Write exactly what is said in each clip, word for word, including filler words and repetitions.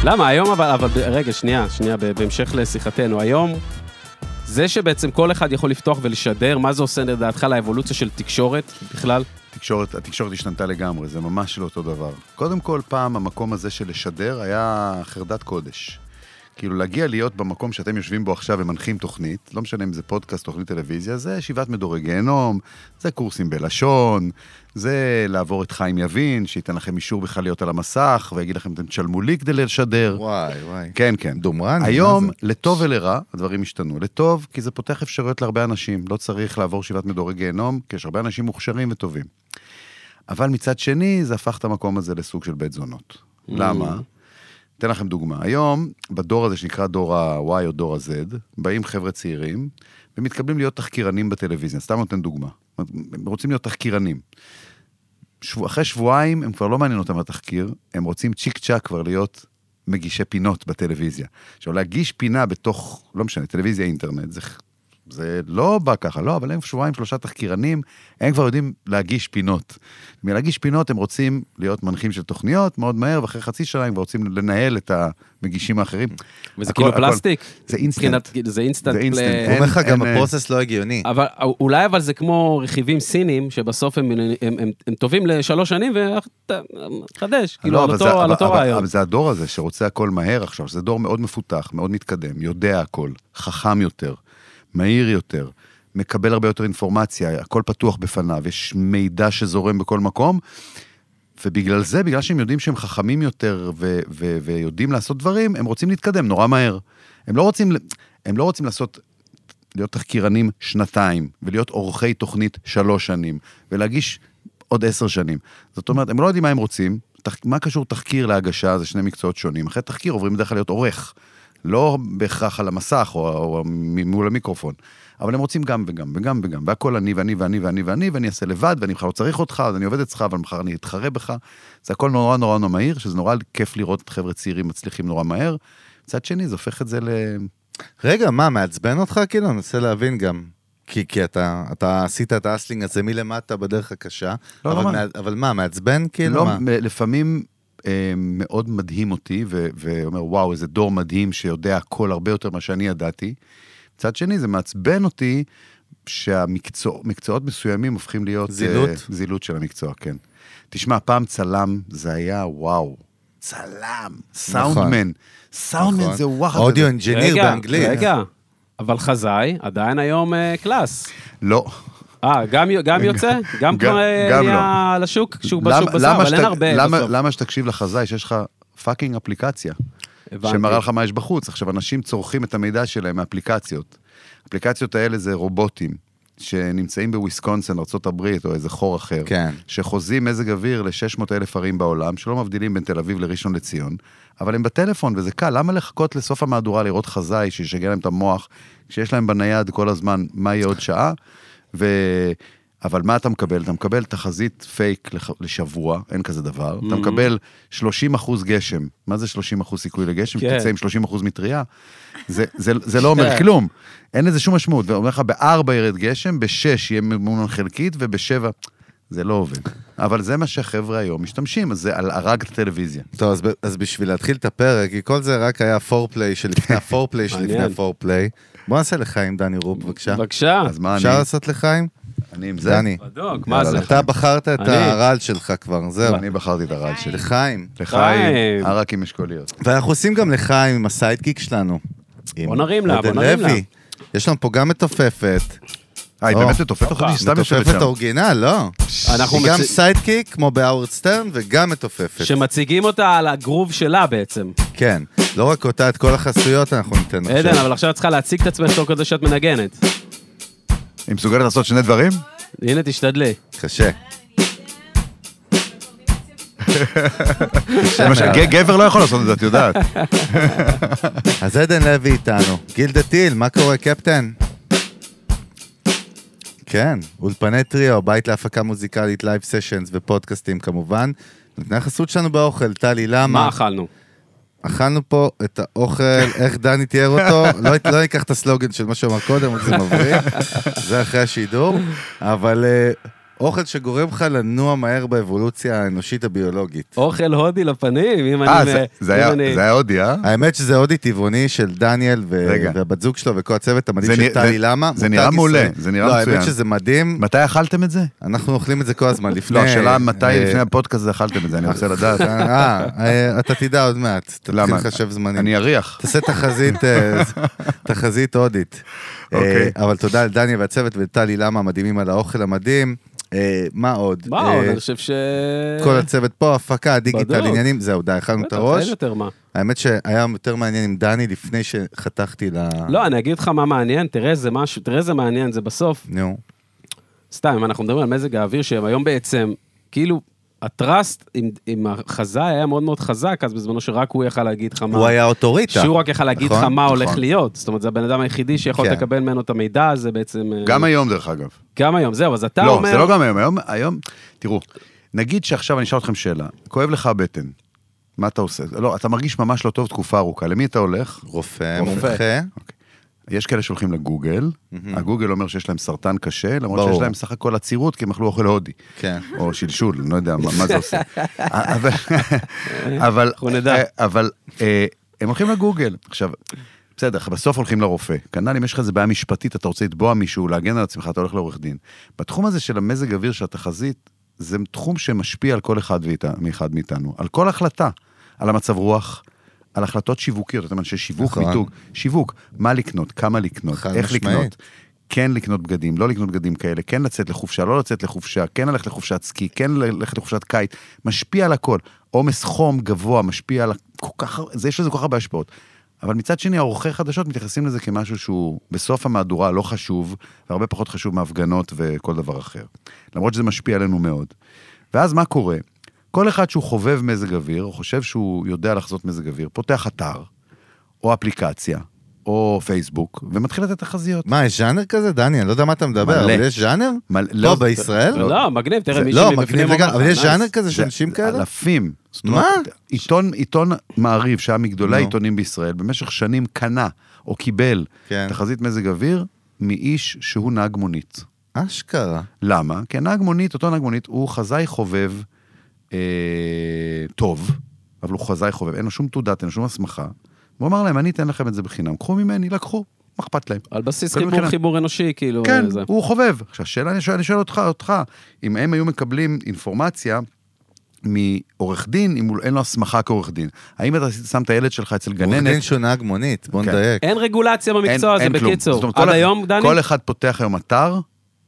למה? היום, אבל, אבל רגע, שנייה, שנייה, בהמשך לשיחתנו, היום, זה שבעצם כל אחד יכול לפתוח ולשדר, מה זה עושה לדעתך לאבולוציה של תקשורת בכלל? תקשורת, התקשורת השתנתה לגמרי, זה ממש לא אותו דבר. קודם כל, פעם המקום הזה של לשדר היה חרדת קודש. כאילו להגיע להיות במקום שאתם יושבים בו עכשיו ומנחים תוכנית, לא משנה אם זה פודקאסט, תוכנית טלוויזיה, זה ישיבת מדורי גיהנום, זה קורסים בלשון, זה לעבור את חיים יבין, שייתן לכם אישור בכלל להיות על המסך, ויגיד לכם, אתם תשלמו לי כדי לשדר. וואי, וואי. כן, כן. דומרני. היום, לטוב ולרע, הדברים השתנו. לטוב, כי זה פותח אפשרויות להרבה אנשים. לא צריך לעבור ישיבת מדורי גיהנום, כי יש הרבה אנשים מוכשרים וטובים. אבל מצד שני, זה הפך את המקום הזה לסוג של בית זונות. למה? אתן לכם דוגמה. היום, בדור הזה שנקרא דור ה-Y או דור ה-Z, באים חבר'ה צעירים, ומתקבלים להיות תחקירנים בטלוויזיה. סתם נותן דוגמה. הם רוצים להיות תחקירנים. שבוע, אחרי שבועיים, הם כבר לא מעניין אותם לתחקיר, הם רוצים צ'יק צ'ק כבר להיות מגישי פינות בטלוויזיה. עכשיו, להגיש פינה בתוך, לא משנה, טלוויזיה אינטרנט, זה... זה לא בא ככה, לא, אבל הם שבועיים, שלושה תחקירנים, הם כבר יודעים להגיש פינות. מלהגיש פינות הם רוצים להיות מנחים של תוכניות, מאוד מהר, ואחרי חצי שנה הם רוצים לנהל את המגישים האחרים. וזה כאילו פלסטיק? זה אינסטנט. זה אינסטנט. הוא אומר לך גם הפרוסס לא הגיוני. אולי אבל זה כמו רכיבים סינים, שבסוף הם טובים לשלוש שנים, וחדש, כאילו על אותו רעיון. אבל זה הדור הזה שרוצה הכל מהר עכשיו, זה דור מאוד מפותח, מאוד מתקדם, יודע הכל, חכם יותר. מהיר יותר, מקבל הרבה יותר אינפורמציה, הכל פתוח בפניו, יש מידע שזורם בכל מקום, ובגלל זה, בגלל שהם יודעים שהם חכמים יותר, ו- ו- ויודעים לעשות דברים, הם רוצים להתקדם נורא מהר. הם לא רוצים, הם לא רוצים לעשות, להיות תחקירנים שנתיים, ולהיות עורכי תוכנית שלוש שנים, ולהגיש עוד עשר שנים. זאת אומרת, הם לא יודעים מה הם רוצים, מה קשור תחקיר להגשה, זה שני מקצועות שונים, אחרי תחקיר עוברים בדרך כלל להיות עורך, לא בהכרח על המסך או, או מול המיקרופון, אבל הם רוצים גם וגם וגם וגם, והכל אני ואני ואני ואני ואני, ואני אעשה לבד, ואני בכלל לא צריך אותך, אז אני עובד אצלך, אבל מחר אני אתחרה בך, זה הכל נורא נורא נורא מהיר, שזה נורא כיף לראות את חבר'ה צעירים מצליחים נורא מהר, מצד שני זה הופך את זה ל... רגע, מה, מעצבן אותך כאילו? אני רוצה להבין גם, כי, כי אתה, אתה עשית את האסלינג הזה מלמטה בדרך הקשה, לא, אבל, לא מה, אבל מה, מעצבן כאילו? לא, מה? לפעמים... מאוד מדהים אותי, ואומר, וואו, איזה דור מדהים שיודע הכל הרבה יותר מה שאני ידעתי. מצד שני, זה מעצבן אותי שהמקצועות מסוימים הופכים להיות... זילות? זילות של המקצוע, כן. תשמע, פעם צלם, זה היה וואו. צלם, סאונדמן. סאונדמן זה וואו. אודיו אנג'יניר באנגלית. רגע, אבל חזאי, עדיין היום קלאס. לא. אה, גם יוצא? גם כבר נהיה לשוק, שוק בשוק בשר, אבל אין הרבה. למה שתקשיב לחזאי שיש לך פאקינג אפליקציה, שמראה לך מה יש בחוץ? עכשיו, אנשים צורכים את המידע שלהם מאפליקציות. האפליקציות האלה זה רובוטים, שנמצאים בוויסקונסין, ארצות הברית, או איזה חור אחר, שחוזים מזג אוויר ל-שש מאות אלף ערים בעולם, שלא מבדילים בין תל אביב לראשון לציון, אבל הם בטלפון, וזה קל. למה לחכות לסוף המהדורה לראות חזאי, שישגע להם את המוח, כשיש להם בנייד כל הזמן, מה יהיה עוד שעה? ו... אבל מה אתה מקבל? אתה מקבל תחזית פייק לשבוע, אין כזה דבר, אתה מקבל שלושים אחוז גשם, מה זה שלושים אחוז סיכוי לגשם? תצא עם שלושים אחוז מטריה, זה, זה, זה לא אומר כלום, אין לזה שום משמעות, ואומר לך, בארבע ירד גשם, בשש יהיה ממון חלקית, ובשבע, זה לא עובד. אבל זה מה שהחבר'ה היום משתמשים, אז זה על הרג את הטלוויזיה. טוב, אז, אז בשביל להתחיל את הפרק, כי כל זה רק היה פורפליי שלפני הפורפליי שלפני הפורפליי, בוא נעשה לחיים, דני רוב, בבקשה. בבקשה. אפשר לעשות לחיים? אני עם זה. דני. בדוק, מה זה? אתה בחרת את הרעל שלך כבר, זהו. אני בחרתי את הרעל שלי. לחיים. לחיים, הרקים אשכוליות. ואנחנו עושים גם לחיים עם הסיידקיק שלנו. בוא נרים לה, בוא נרים לה. יש לנו פה גם מתופפת. אה, היא באמת מתופפת אותי? סתם יושבת שם. מתופפת אורגינל, לא. היא גם סיידקיק, כמו בהאוורד סטרן, וגם מתופפת. שמציגים אותה על הגרוב שלה בעצם. כן. לא רק אותה, את כל החסויות אנחנו ניתן עכשיו. עדן, אבל עכשיו צריכה להציג את עצמך תוך כדי שאת מנגנת. היא מסוגלת לעשות שני דברים? הנה, תשתדלי. קשה. גבר לא יכול לעשות את זה, את יודעת. אז עדן לוי איתנו. גילדה טיל, מה קורה, קפטן? כן, אולפני טריו, בית להפקה מוזיקלית, לייב סשנס ופודקאסטים כמובן. נתנה החסות שלנו באוכל, טלי, למה? מה אכלנו? אכלנו פה את האוכל, איך דני תיאר אותו, לא, לא ניקח את הסלוגן של מה שאומר קודם, זה מבריק, זה אחרי השידור, אבל אוכל שגורם לך לנוע מהר באבולוציה האנושית הביולוגית. אוכל הודי לפנים, אם אה, אני... זה היה הודי, אה? האמת שזה הודי טבעוני של דניאל והבת זוג שלו וכל הצוות המדהים של טלי למה. זה נראה מעולה, זה נראה מצוין. לא, האמת שזה מדהים. מתי אכלתם את זה? אנחנו אוכלים את זה כל הזמן, לפני... לא, השאלה מתי לפני הפודקאסט הזה אכלתם את זה, אני רוצה לדעת. אה, אתה תדע עוד מעט. למה? תתחיל לחשב זמנים. אני אריח. תעשה תחזית הודית. אבל תודה לדניאל והצוות וטלי למה מדהימים על האוכל המדהים. מה עוד? מה עוד? אני חושב ש... כל הצוות פה, הפקה, דיגיטל, עניינים, זהו, די, הכנו את הראש. אין יותר מה. האמת שהיה יותר מעניין עם דני לפני שחתכתי ל... לא, אני אגיד לך מה מעניין, תראה זה משהו, תראה זה מעניין, זה בסוף. נו. סתם, אם אנחנו מדברים על מזג האוויר, שהם היום בעצם, כאילו, הטראסט עם, עם החזאי היה מאוד מאוד חזק, אז בזמנו שרק הוא יכל להגיד לך מה... הוא היה אוטוריטה. שהוא רק יכל להגיד לך נכון, מה נכון. הולך להיות. זאת אומרת, זה הבן אדם היחידי שיכול כן. לקבל ממנו את המידע הזה בעצם... גם היום, דרך אגב. גם היום, זהו, אז אתה לא, אומר... זה לא גם היום, היום, היום, תראו, נגיד שעכשיו אני אשאל אתכם שאלה, כואב לך הבטן, מה אתה עושה? לא, אתה מרגיש ממש לא טוב תקופה ארוכה, למי אתה הולך? רופא, רופא. מומחה. יש כאלה שהולכים לגוגל, הגוגל אומר שיש להם סרטן קשה, למרות ברור. שיש להם סך הכל עצירות, כי הם אכלו אוכל הודי. כן. או שלשול, אני לא יודע מה, מה זה עושה. אבל, אבל, אנחנו נדע. אבל אה, הם הולכים לגוגל. עכשיו, בסדר, בסוף הולכים לרופא. כנ"ל, אם יש לך איזה בעיה משפטית, אתה רוצה לתבוע מישהו, להגן על עצמך, אתה הולך לעורך דין. בתחום הזה של המזג אוויר של התחזית, זה תחום שמשפיע על כל אחד ואחד מאיתנו, על כל החלטה, על המצב רוח, על החלטות שיווקיות, זאת אומרת ששיווק, נכון. מיתוג, שיווק, מה לקנות, כמה לקנות, חד איך משמעית. לקנות, כן לקנות בגדים, לא לקנות בגדים כאלה, כן לצאת לחופשה, לא לצאת לחופשה, כן ללכת לחופשת סקי, כן ללכת לחופשת קיץ, משפיע על הכל. עומס חום גבוה, משפיע על כל כך, זה יש לזה כל כך הרבה השפעות. אבל מצד שני, העורכי חדשות מתייחסים לזה כמשהו שהוא בסוף המהדורה לא חשוב, והרבה פחות חשוב מהפגנות וכל דבר אחר. למרות שזה משפיע עלינו מאוד. ואז מה קורה? כל אחד שהוא חובב מזג אוויר, או חושב שהוא יודע לחזות מזג אוויר, פותח אתר, או אפליקציה, או פייסבוק, ומתחיל לתת תחזיות. מה, יש ז'אנר כזה, דני? אני לא יודע מה אתה מדבר, מלא. אבל יש ז'אנר? מלא. פה לא, בישראל? לא, מגניב, תראה, מישהו לא, מבפנים מגניב אומר לגמרי, לך, אבל יש נייס. ז'אנר כזה של אנשים כאלה? אלפים. זאת מה? אומרת, עיתון, עיתון מעריב, שהיה מגדולי נו. עיתונים בישראל, במשך שנים קנה, או קיבל, כן. תחזית מזג אוויר, מאיש שהוא נהג מונית. אשכרה. למה? כי הנהג מונית, אותו נהג מונית, הוא חזאי חובב אה, טוב, אבל הוא חזאי חובב, אין לו שום תעודת, אין לו שום הסמכה. הוא אמר להם, אני אתן לכם את זה בחינם, קחו ממני, לקחו, מה אכפת להם? על בסיס קודם חיבור, מבחינת- חיבור אנושי, כאילו... כן, זה. הוא חובב. עכשיו, השאלה, אני שואל, אני שואל אותך, אותך, אם הם היו מקבלים אינפורמציה מעורך דין, אם הוא- אין לו הסמכה כעורך דין, האם אתה שם את הילד שלך אצל עורך גננת? דין שהוא נהג מונית, בוא כן. נדייק. אין רגולציה אין- במקצוע הזה, אין כלום. בקיצור. זאת אומרת, עד כל- היום, דני? כל אחד פותח היום אתר,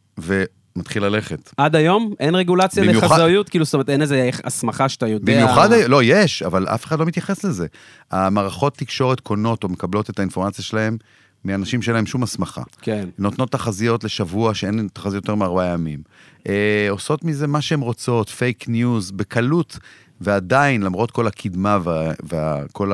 ומתחיל ללכת. עד היום אין רגולציה במיוחד- לחזאיות, כאילו, זאת אומרת, אין איזה הסמכה שאתה יודע... במיוחד, לא, יש, אבל אף אחד לא מתייחס לזה. המערכות תקשורת קונות או מקבלות את האינפורמציה שלהם מאנשים שלהם שום הסמכה. כן. נותנות תחזיות לשבוע שאין תחזיות יותר מארבעה ימים. אה, עושות מזה מה שהן רוצות, פייק ניוז, בקלות, ועדיין, למרות כל הקדמה וכל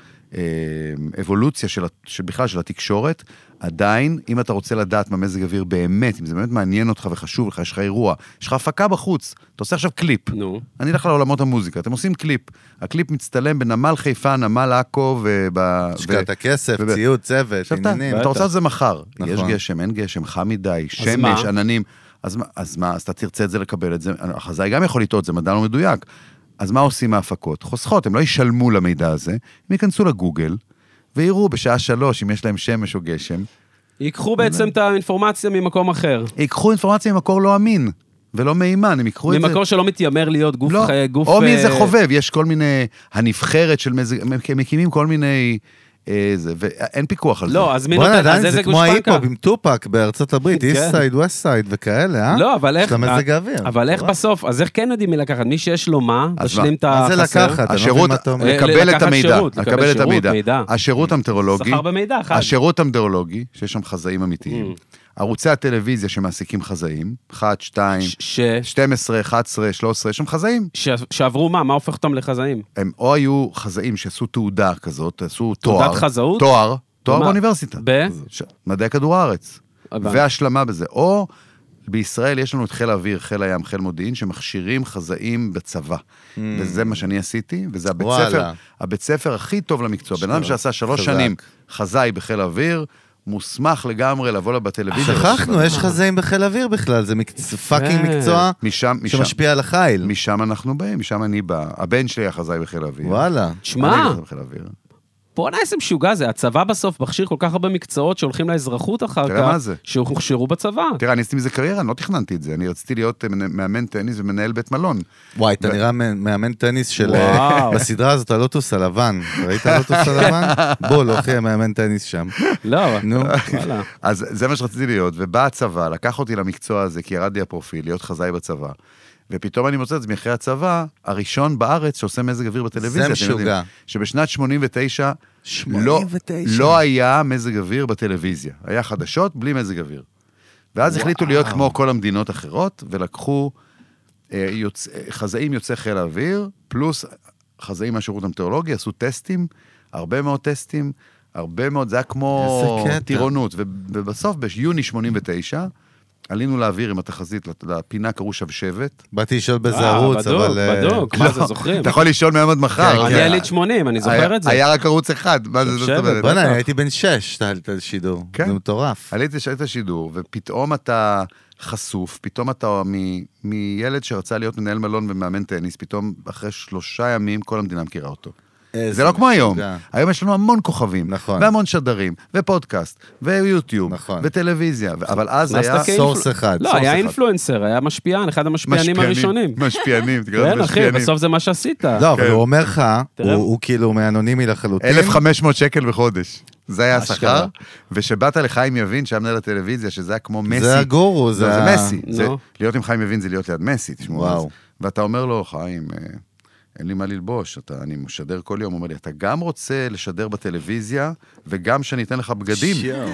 האבולוציה של, של בכלל של התקשורת, עדיין, אם אתה רוצה לדעת מה מזג אוויר באמת, אם זה באמת מעניין אותך וחשוב לך, יש לך אירוע, יש לך הפקה בחוץ, אתה עושה עכשיו קליפ. נו. אני אלך לעולמות המוזיקה, אתם עושים קליפ. הקליפ מצטלם בנמל חיפה, נמל עכו, וב... השקעת הכסף, וב- ציוד, צוות, עכשיו אתה, עניינים. אתה רוצה את זה מחר. נכון. יש גשם, אין גשם, חם מדי, שמש, מה? עננים. אז מה, אז מה, אז אתה תרצה את זה לקבל את זה. החזאי גם יכול לטעות, זה מדע לא מדויק. אז מה עושים ההפקות? חוסכות, הם לא ישלמו למידע הזה, הם ייכנסו לגוגל, ויראו בשעה שלוש, אם יש להם שמש או גשם, ייקחו בעצם את האינפורמציה ממקום אחר. ייקחו אינפורמציה ממקור לא אמין, ולא מהימן, הם יקחו את זה. ממקור שלא מתיימר להיות גוף... לא, ח- גוף או מי זה אה, חובב, יש כל מיני, הנבחרת של מזג, הם מקימים כל מיני, אה, זה, ואין פיקוח על זה. לא, אז מי בוא'נה, נותן, אז עדיין איזה זה כמו גושפנקה? ההיפ-הופ עם טופק בארצות הברית, כן. איסט סייד, ווסט סייד וכאלה, אה? לא, אבל איך... יש לה מזג האוויר. אבל איך וואו. בסוף, אז איך כן יודעים מי לקחת? מי שיש לו מה, אז תשלים את מה זה החסר. לקחת? אני לא השירות, מבין מה אתה אומר. אה, לקבל את לקחת המידע, שירות, לקבל לקבל את שירות, המידע. מידע. השירות המטאורולוגי, שכר במידע, אחד. השירות המטאורולוגי, שיש שם חזאים אמיתיים, ערוצי הטלוויזיה שמעסיקים חזאים, אחת, שתיים, ש- שתים עשרה, אחת עשרה, שלוש עשרה, יש שם חזאים. ש- שעברו מה? מה הופך אותם לחזאים? הם או היו חזאים שעשו תעודה כזאת, עשו תואר. תעודת חזאות? תואר, תואר במה? באוניברסיטה. ב? ש- מדעי כדור הארץ. הבנתי. והשלמה בזה. או בישראל יש לנו את חיל האוויר, חיל הים, חיל מודיעין, שמכשירים חזאים בצבא. וזה מה שאני עשיתי, וזה הבית וואלה. ספר, הבית ספר הכי טוב למקצוע. בן אדם שעשה שלוש חזק. שנים חזאי בחיל האוויר, מוסמך לגמרי לבוא לה בטלוויזיה. שכחנו, יש חזאים בחיל אוויר בכלל, זה פאקינג מקצוע שמשפיע על החיל. משם אנחנו באים, משם אני בא. הבן שלי החזאי בחיל אוויר. וואלה. שמע, בוא נעשה משוגע, זה הצבא בסוף מכשיר כל כך הרבה מקצועות שהולכים לאזרחות אחר כך, שהוכשרו בצבא. תראה, אני עשיתי מזה קריירה, אני לא תכננתי את זה, אני רציתי להיות מאמן טניס ומנהל בית מלון. וואי, אתה נראה מאמן טניס של... בסדרה הזאת, הלוטוס הלבן. ראית הלוטוס הלבן? בוא, לא אחי, מאמן טניס שם. לא, נו. אז זה מה שרציתי להיות, ובא הצבא, לקח אותי למקצוע הזה, כי ירד לי הפרופיל, להיות חזאי בצבא. ופתאום אני מוצא את זה מאחרי הצבא, הראשון בארץ שעושה מזג אוויר בטלוויזיה. זה משוגע. שבשנת שמונים ותשע, לא, לא היה מזג אוויר בטלוויזיה. היה חדשות בלי מזג אוויר. ואז וואו. החליטו להיות כמו כל המדינות אחרות, ולקחו אה, יוצ... חזאים יוצאי חיל האוויר, פלוס חזאים מהשירות המטאורולוגי, עשו טסטים, הרבה מאוד טסטים, הרבה מאוד, זה היה כמו טירונות. ובסוף, ביוני שמונים ותשע, עלינו להעביר עם התחזית, לפינה קראו שבשבת. באתי לשאול באיזה ערוץ, אבל... בדוק, בדוק, מה זה זוכרים? אתה יכול לשאול מהם עד מחר. אני יליד שמונים, אני זוכר את זה. היה רק ערוץ אחד, מה זה זאת אומרת? בוא'נה, הייתי בן שש, אתה עלית לשידור. זה מטורף. עליתי לשידור, ופתאום אתה חשוף, פתאום אתה מילד שרצה להיות מנהל מלון ומאמן טניס, פתאום אחרי שלושה ימים כל המדינה מכירה אותו. זה לא כמו היום. היום יש לנו המון כוכבים, והמון שדרים, ופודקאסט, ויוטיוב, וטלוויזיה, אבל אז היה סורס אחד. לא, היה אינפלואנסר, היה משפיען, אחד המשפיענים הראשונים. משפיענים, תקרא לזה משפיענים. כן, אחי, בסוף זה מה שעשית. לא, אבל הוא אומר לך, הוא כאילו מאנונימי לחלוטין. אלף וחמש מאות שקל בחודש. זה היה השכר, ושבאת לחיים יבין, שהיה מנהל הטלוויזיה, שזה היה כמו מסי. זה הגורו, זה מסי. להיות עם חיים יבין זה להיות ליד מסי, תשמעו. ואתה אומר לו, חיים, אין לי מה ללבוש, אתה, אני משדר כל יום, הוא אומר לי, אתה גם רוצה לשדר בטלוויזיה, וגם שאני אתן לך בגדים.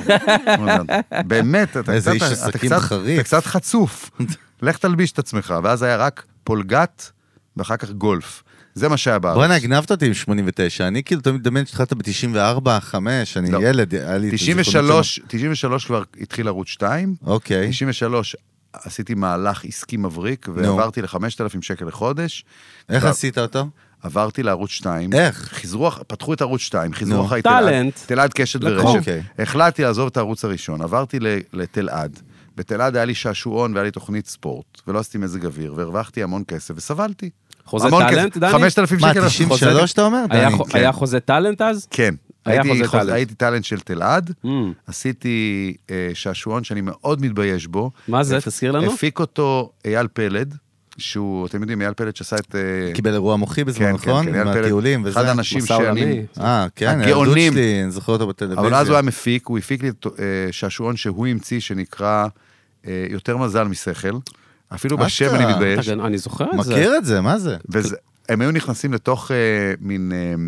באמת, אתה קצת, אתה קצת, אתה קצת חצוף. לך תלביש את עצמך, ואז היה רק פולגת, ואחר כך גולף. זה מה שהיה בארץ. בוא נגנבת אותי עם שמונים ותשע, אני כאילו תמיד דמיין שהתחלת ב-תשעים וארבע, חמש, אני ילד, היה לי... תשעים ושלוש כבר התחיל ערוץ שתיים, אוקיי. תשעים ושלוש עשיתי מהלך עסקי מבריק, ועברתי ל-חמשת אלפים שקל לחודש. איך עשית אותו? עברתי לערוץ שתיים. איך? חיזרו, פתחו את ערוץ שתיים, חיזרו אחרי טלנט. תלעד קשת ורשת. החלטתי לעזוב את הערוץ הראשון, עברתי לתלעד. בתלעד היה לי שעשועון והיה לי תוכנית ספורט, ולא עשיתי מזג אוויר, והרווחתי המון כסף, וסבלתי. חוזה טלנט, דני? חמשת אלפים שקל. מה, תשעים ושלוש אתה אומר? היה חוזה טלנט אז? כן. הייתי טלנט של תלעד, עשיתי שעשועון שאני מאוד מתבייש בו. מה זה? תזכיר לנו. הפיק אותו אייל פלד, שהוא, אתם יודעים, אייל פלד שעשה את... קיבל אירוע מוחי בזמן, נכון? עם הטיולים וזה. אחד האנשים שאני... אה, כן, הילדות שלי, אני זוכר אותו בטלוויזיה. אבל אז הוא היה מפיק, הוא הפיק לי שעשועון שהוא המציא, שנקרא יותר מזל משכל. אפילו בשם אני מתבייש. אני זוכר את זה. מכיר את זה, מה זה? הם היו נכנסים לתוך מין...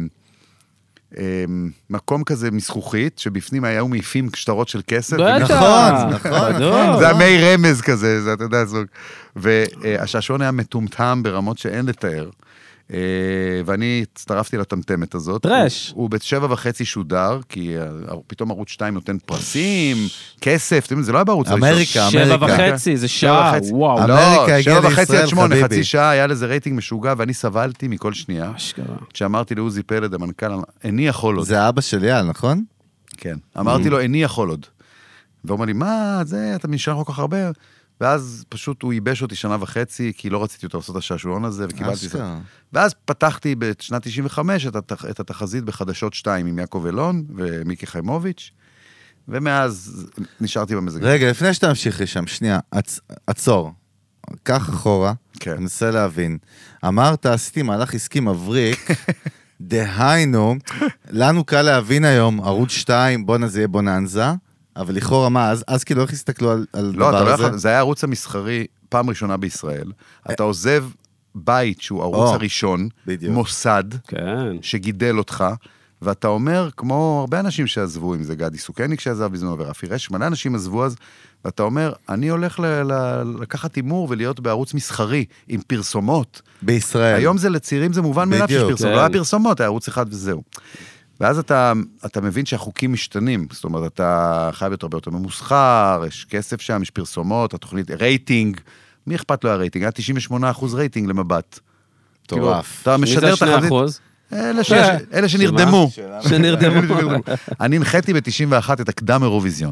מקום כזה מזכוכית, שבפנים היו מעיפים שטרות של כסף. נכון, נכון. זה המי רמז כזה, זה אתה יודע, והשעשועון היה מטומטם ברמות שאין לתאר, ואני הצטרפתי לטמטמת הזאת. טרש. הוא בשבע וחצי שודר, כי פתאום ערוץ שתיים נותן פרסים, כסף, זה לא היה בערוץ הראשון. אמריקה, שבע וחצי, זה שעה, וואו. לא, שבע וחצי עד שמונה, חצי שעה, היה לזה רייטינג משוגע, ואני סבלתי מכל שנייה. כשאמרתי לעוזי פלד, המנכ"ל, איני יכול עוד. זה אבא של יעל, נכון? כן. אמרתי לו, איני יכול עוד. והוא אומר לי, מה, זה, אתה נשאר כל כך הרבה... ואז פשוט הוא ייבש אותי שנה וחצי, כי לא רציתי יותר לעשות את השעשועון הזה, וקיבלתי את זה. ואז פתחתי בשנת תשעים וחמש את התחזית בחדשות שתיים עם יעקב אלון ומיקי חיימוביץ', ומאז נשארתי במזג. רגע, לפני שאתה ממשיך לשם, שנייה, עצור. קח אחורה, ננסה להבין. אמרת, עשיתי מהלך עסקי מבריק, דהיינו, לנו קל להבין היום, ערוץ שתיים, בוא נזה יהיה בוננזה, אבל לכאורה מה, אז, אז כאילו איך הסתכלו על, על לא, דבר הזה? לא, זה היה הערוץ המסחרי, פעם ראשונה בישראל. אתה עוזב בית שהוא הערוץ הראשון, מוסד, שגידל אותך, ואתה אומר, כמו הרבה אנשים שעזבו, אם זה גדי סוכניק שעזב בזמנו, ורפי רש, מלא אנשים עזבו אז, ואתה אומר, אני הולך ל- ל- לקחת אימור ולהיות בערוץ מסחרי, עם פרסומות. בישראל. היום זה לצעירים, זה מובן מאליו שיש פרסומות, לא היה פרסומות, היה ערוץ אחד וזהו. ואז אתה, אתה מבין שהחוקים משתנים, זאת אומרת, אתה חייב יותר ביותר ממוסחר, יש כסף שם, יש פרסומות, התוכנית, רייטינג, מי אכפת לו הרייטינג? היה תשעים ושמונה אחוז רייטינג למבט. טורף. אתה משדר תחזית, אלה שנרדמו. שנרדמו. אני הנחיתי ב-תשעים ואחת את הקדם אירוויזיון.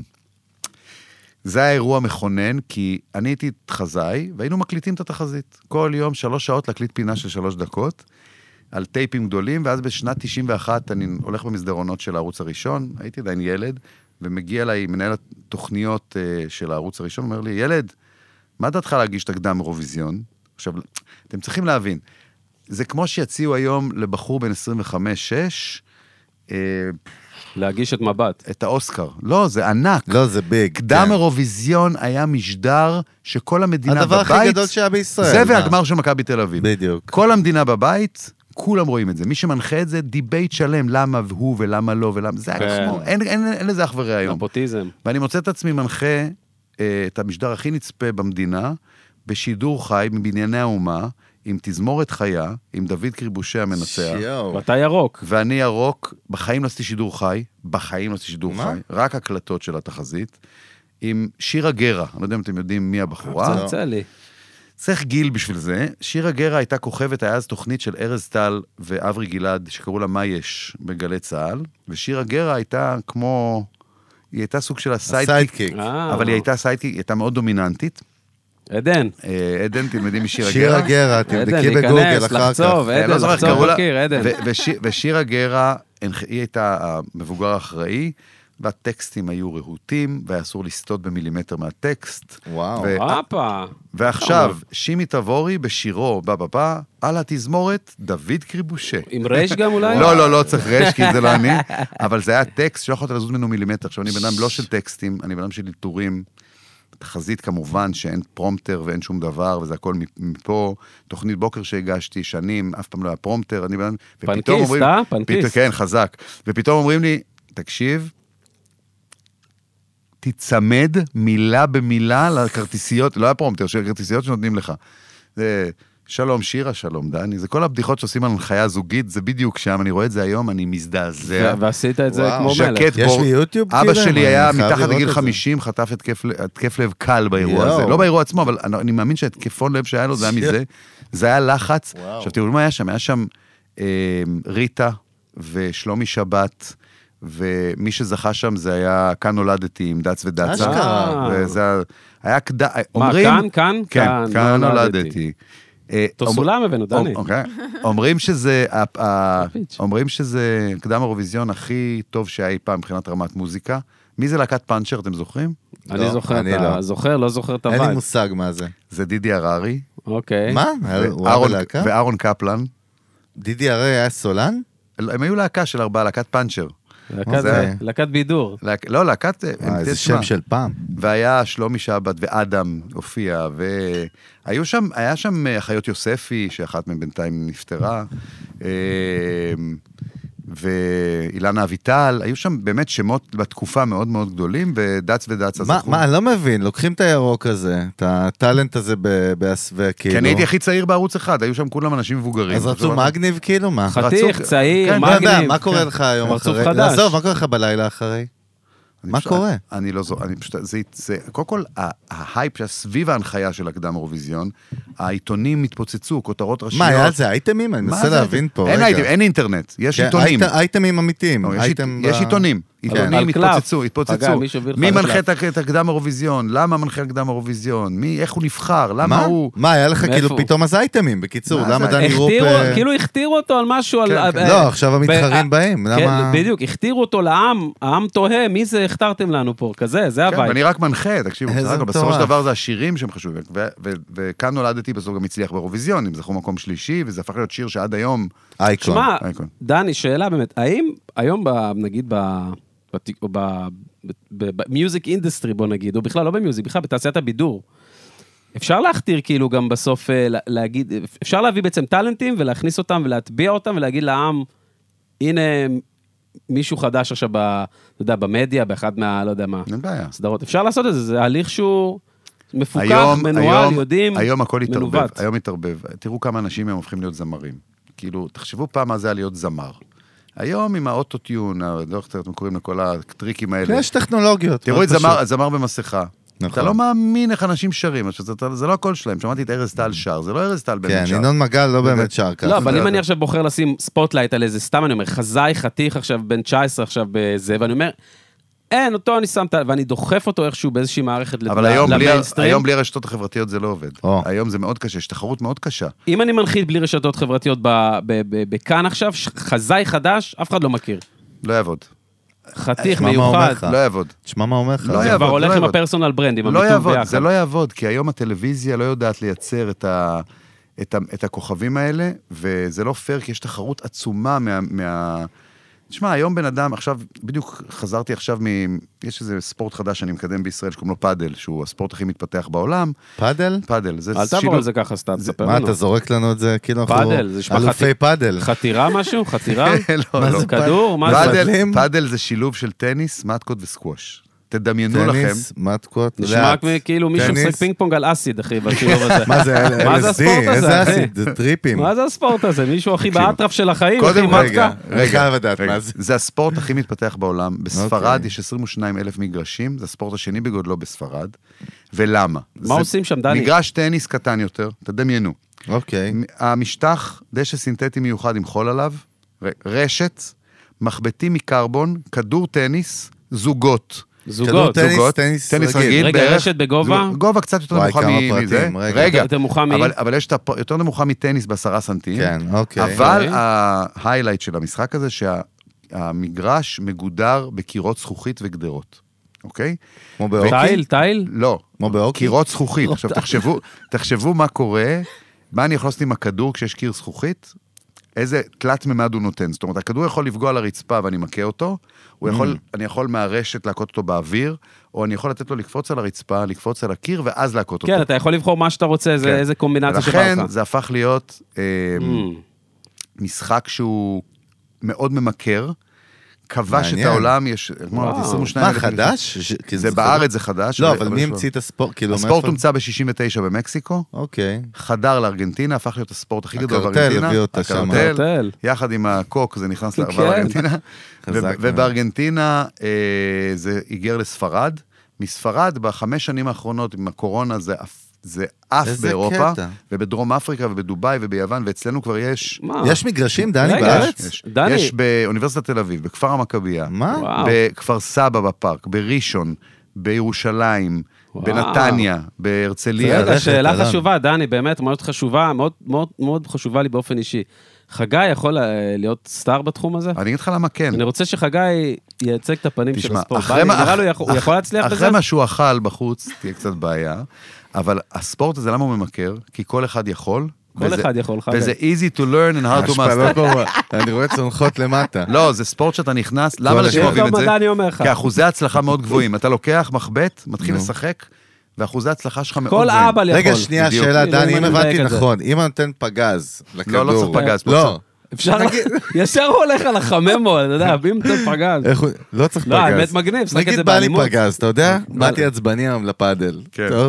זה היה אירוע מכונן, כי אני הייתי חזאי, והיינו מקליטים את התחזית. כל יום שלוש שעות להקליט פינה של שלוש דקות, על טייפים גדולים, ואז בשנת תשעים ואחת אני הולך במסדרונות של הערוץ הראשון, הייתי עדיין ילד, ומגיע אליי מנהל התוכניות של הערוץ הראשון, אומר לי, ילד, מה דעתך להגיש את הקדם אירוויזיון? עכשיו, אתם צריכים להבין, זה כמו שיציעו היום לבחור בן עשרים וחמש שש, להגיש את מבט. את האוסקר. לא, זה ענק. לא, זה ביג. קדם אירוויזיון היה משדר שכל המדינה בבית. הדבר הכי גדול שהיה בישראל. זה והגמר של מכבי תל אביב. בדיוק. כל המדינה בבית, כולם רואים את זה. מי שמנחה את זה, דיבייט שלם, למה הוא ולמה לא ולמה. זה היה כמו, אין, אין, אין לזה אח ורע היום. נפוטיזם. ואני מוצא את עצמי מנחה את המשדר הכי נצפה במדינה, בשידור חי מבנייני האומה, עם תזמורת חיה, עם דוד קריבושי המנצח. ואתה ירוק. ואני ירוק, בחיים לא עשיתי שידור חי, בחיים לא עשיתי שידור חי, רק הקלטות של התחזית, עם שירה גרה, אני לא יודע אם אתם יודעים מי הבחורה. צלצל לי. צריך גיל בשביל זה. שירה גרה הייתה כוכבת, היה אז תוכנית של ארז טל ואברי גלעד, שקראו לה מה יש בגלי צהל, ושירה גרה הייתה כמו, היא הייתה סוג של הסיידקיק, אבל היא הייתה סיידקיק, היא הייתה מאוד דומיננטית. עדן. עדן, תלמדי משיר הגרה. שיר הגרה, תבדקי בגוגל אחר כך. עדן, לחצוב, מכיר, עדן. ושיר הגרה, היא הייתה המבוגר האחראי, והטקסטים היו רהוטים, והיה אסור לסטות במילימטר מהטקסט. וואו. ועכשיו, שימי תבורי בשירו, בא בא בא, על התזמורת, דוד קריבושה. עם רש גם אולי? לא, לא, לא צריך רש, כי זה לא אני, אבל זה היה טקסט שלא יכולת לזוז ממנו מילימטר. עכשיו, אני בן אדם לא של טקסטים, אני בן אדם של איתורים. תחזית כמובן שאין פרומטר ואין שום דבר, וזה הכל מפה, תוכנית בוקר שהגשתי שנים, אף פעם לא היה פרומטר, אני... פנקיסט, אה? פנקיסט. כן, חזק. ופתאום אומרים לי, תקשיב, תצמד מילה במילה לכרטיסיות, לא היה פרומטר, של כרטיסיות שנותנים לך. זה... שלום שירה, שלום דני, זה כל הבדיחות שעושים על הנחיה זוגית, זה בדיוק שם, אני רואה את זה היום, אני מזדעזע. ועשית את זה כמו מלך. יש לי יוטיוב? אבא שלי היה מתחת לגיל חמישים, חטף התקף לב קל באירוע הזה, לא באירוע עצמו, אבל אני מאמין שהתקפון לב שהיה לו, זה היה מזה, זה היה לחץ. עכשיו תראו מה היה שם, היה שם ריטה ושלומי שבת, ומי שזכה שם זה היה כאן נולדתי עם דץ ודצה. וזה היה... מה, כאן? כאן? כן, כאן נולדתי. תוסולם הבנו, דני. אומרים שזה, אומרים שזה קדם אירוויזיון הכי טוב שהיה אי פעם מבחינת רמת מוזיקה. מי זה להקת פאנצ'ר, אתם זוכרים? אני זוכר, אתה זוכר, לא זוכר את הווייב. אין לי מושג מה זה. זה דידי הררי. אוקיי. מה? ואהרון קפלן. דידי הררי היה סולן? הם היו להקה של ארבעה, להקת פאנצ'ר. להקת בידור. לא, להקת... זה שם של פעם. והיה שלומי שבת ואדם הופיע, והיו שם, היה שם אחיות יוספי, שאחת מהם בינתיים נפטרה, ואילנה אביטל, היו שם באמת שמות בתקופה מאוד מאוד גדולים, ודץ ודץ הזכו. מה, אני לא מבין, לוקחים את הירוק הזה, את הטלנט הזה בהסווה, כאילו. כי אני הייתי הכי צעיר בערוץ אחד, היו שם כולם אנשים מבוגרים. אז רצו מגניב, כאילו, מה? חתיך, צעיר, מגניב. מה קורה לך היום אחרי? לעזוב, מה קורה לך בלילה אחרי? מה קורה? אני לא זו, אני פשוט, זה, קודם כל, ההייפ סביב ההנחיה של הקדם אירוויזיון, העיתונים מתפוצצו, כותרות ראשיות. מה, היה זה אייטמים? אני מנסה להבין פה. אין אייטם, אין אינטרנט, יש עיתונים. אייטמים אמיתיים. יש עיתונים, עיתונים התפוצצו, התפוצצו. מי מנחה את הקדם אירוויזיון? למה מנחה הקדם אירוויזיון? מי, איך הוא נבחר? למה הוא... מה, היה לך כאילו פתאום אז אייטמים, בקיצור, למה דני רופ... כאילו הכתירו אותו על משהו... לא, עכשיו המתחרים באים, למה... בדיוק, הכתירו אותו לעם, העם תוהה, מי זה הכתרתם לנו פה, כזה, זה הווייב. ואני רק מנחה, תקשיבו, בסופו של דבר זה השירים שהם חשובים, וכאן נולדתי בסוף גם הצליח באירוויזיון, אם זכו מקום שלישי, וזה הפך להיות שיר שעד היום... אייקון. שמע, דני, שאלה באמת, האם היום, נגיד, במיוזיק אינדסטרי, בוא נגיד, או בכלל לא במיוזיק, בכלל בתעשיית הבידור, אפשר להכתיר כאילו גם בסוף להגיד, אפשר להביא בעצם טלנטים ולהכניס אותם ולהטביע אותם ולהגיד לעם, הנה מישהו חדש עכשיו, אתה יודע, במדיה, באחד מה, לא יודע מה, סדרות. אפשר לעשות את זה, זה הליך שהוא מפוקח, מנוהל, יודעים, היום הכל יתערבב, היום יתערבב. תראו כמה אנשים הם הופכים להיות זמרים. כאילו, תחשבו פעם מה זה היה להיות זמר. היום עם האוטוטיון, לא יודעת, אתם קוראים לכל הטריקים האלה. יש טכנולוגיות. תראו את זמר במסכה. אתה לא מאמין איך אנשים שרים, זה לא הכל שלהם, שמעתי את ארז טל שר, זה לא ארז טל באמת שר. כן, ינון מגל לא באמת שר ככה. לא, אבל אם אני עכשיו בוחר לשים ספוטלייט על איזה, סתם אני אומר, חזאי חתיך עכשיו, בן תשע עשרה עכשיו בזה, ואני אומר, אין, אותו אני שם, ואני דוחף אותו איכשהו באיזושהי מערכת למיינסטרים. היום בלי הרשתות החברתיות זה לא עובד. היום זה מאוד קשה, יש תחרות מאוד קשה. אם אני מנחית בלי רשתות חברתיות בכאן עכשיו, חזאי חדש, אף אחד לא מכיר. לא יעבוד. חתיך מיוחד. לא יעבוד. תשמע מה אומר לך. זה כבר הולך עם הפרסונל ברנד, עם המיתוג ביחד. זה לא יעבוד, כי היום הטלוויזיה לא יודעת לייצר את הכוכבים האלה, וזה לא פייר, כי יש תחרות עצומה מה... תשמע, היום בן אדם, עכשיו, בדיוק חזרתי עכשיו מ... יש איזה ספורט חדש שאני מקדם בישראל, שקוראים לו פאדל, שהוא הספורט הכי מתפתח בעולם. פאדל? פאדל. אל תעבור על זה ככה, סתם, תספר לנו. מה, אתה זורק לנו את זה? כאילו אנחנו פאדל, זה שמה אלופי פאדל. חתירה משהו? חתירה? מה זה כדור? מה זה? פאדל זה שילוב של טניס, מתקות וסקווש. תדמיינו לכם. טניס, מתקות, נשמע כאילו מישהו משחק פינג פונג על אסיד, אחי, בשילוב הזה. מה זה, מה זה הספורט הזה, איזה אחי? אסיד? זה טריפים. מה זה הספורט הזה? מישהו הכי באטרף של החיים, אחי, קודם, מתקה? רגע, רגע, רגע. זה הספורט הכי מתפתח בעולם. בספרד יש עשרים ושניים אלף מגרשים, זה הספורט השני בגודלו בספרד. ולמה? מה עושים שם, דני? מגרש טניס קטן יותר, תדמיינו. אוקיי. המשטח, דשא סינתטי מיוחד עם חול עליו, רשת, מחבטים מקרבון, כדור טניס, זוגות. זוגות, זוגות, טניס, טניס רגיל. רגיל, רגע, בערך, רשת בגובה? גובה קצת יותר וואי, נמוכה כמה מזה. פרטים, רגע. רגע, יותר נמוכה מ- אבל, אבל יש את הפ... יותר נמוכה מטניס בעשרה סנטים. כן, אוקיי. אבל אוקיי. ההיילייט של המשחק הזה, שהמגרש מגודר בקירות זכוכית וגדרות. אוקיי? כמו באוקי? טייל, טייל? לא. כמו באוקי? קירות זכוכית. עכשיו תחשבו, תחשבו מה קורה, מה אני יכול לעשות עם הכדור כשיש קיר זכוכית? איזה תלת ממד הוא נותן. זאת אומרת, הכדור יכול לפגוע על הרצפה ואני מכה אותו, הוא יכול, אני יכול מהרשת להכות אותו באוויר, או אני יכול לתת לו לקפוץ על הרצפה, לקפוץ על הקיר, ואז להכות אותו. כן, אתה יכול לבחור מה שאתה רוצה, כן. איזה קומבינציה שבא לך. לכן זה הפך להיות אה, משחק שהוא מאוד ממכר, כבש את העולם, יש עשרים ושניים מה, חדש? זה בארץ זה חדש. לא, אבל מי המציא את הספורט? הספורט הומצא ב-שישים ותשע במקסיקו, אוקיי. חדר לארגנטינה, הפך להיות הספורט הכי גדול הקרטל בארגנטינה. הביא אותה שם. הקרטל, יחד עם הקוק, זה נכנס לארגנטינה. ובארגנטינה זה היגר לספרד. מספרד, בחמש שנים האחרונות, עם הקורונה, זה זה אף באירופה, ובדרום אפריקה, ובדובאי, וביוון, ואצלנו כבר יש... יש מגרשים, דני, בארץ? יש באוניברסיטת תל אביב, בכפר המכבייה, בכפר סבא בפארק, בראשון, בירושלים, בנתניה, בהרצליה. רגע, שאלה חשובה, דני, באמת מאוד חשובה, מאוד חשובה לי באופן אישי. חגי יכול להיות סטאר בתחום הזה? אני אגיד לך למה כן. אני רוצה שחגי ייצג את הפנים של הספורט. נראה לו, הוא יכול להצליח בזה? אחרי מה שהוא אכל בחוץ, תהיה קצת בעיה, אבל הספורט הזה למה הוא ממכר? כי כל אחד יכול. כל אחד יכול, חגי. וזה easy to learn and hard to master. אני רואה צונחות למטה. לא, זה ספורט שאתה נכנס, למה אנשים אוהבים את זה? כי אחוזי הצלחה מאוד גבוהים. אתה לוקח מחבט, מתחיל לשחק, ואחוזי הצלחה שלך מאוד כל גבוהים. אבא יכול. רגע, שנייה, שאלה, דני, אם הבנתי נכון, אם אני נותן פגז לכדור... לא, לא צריך פגז. לא. אפשר, ישר הוא הולך על החממו, אתה יודע, בים תן פגז. לא צריך פגז. לא, האמת מגניב, שחק את זה באלימות. נגיד בא לי פגז, אתה יודע? באתי עצבני היום לפאדל. כן, טוב.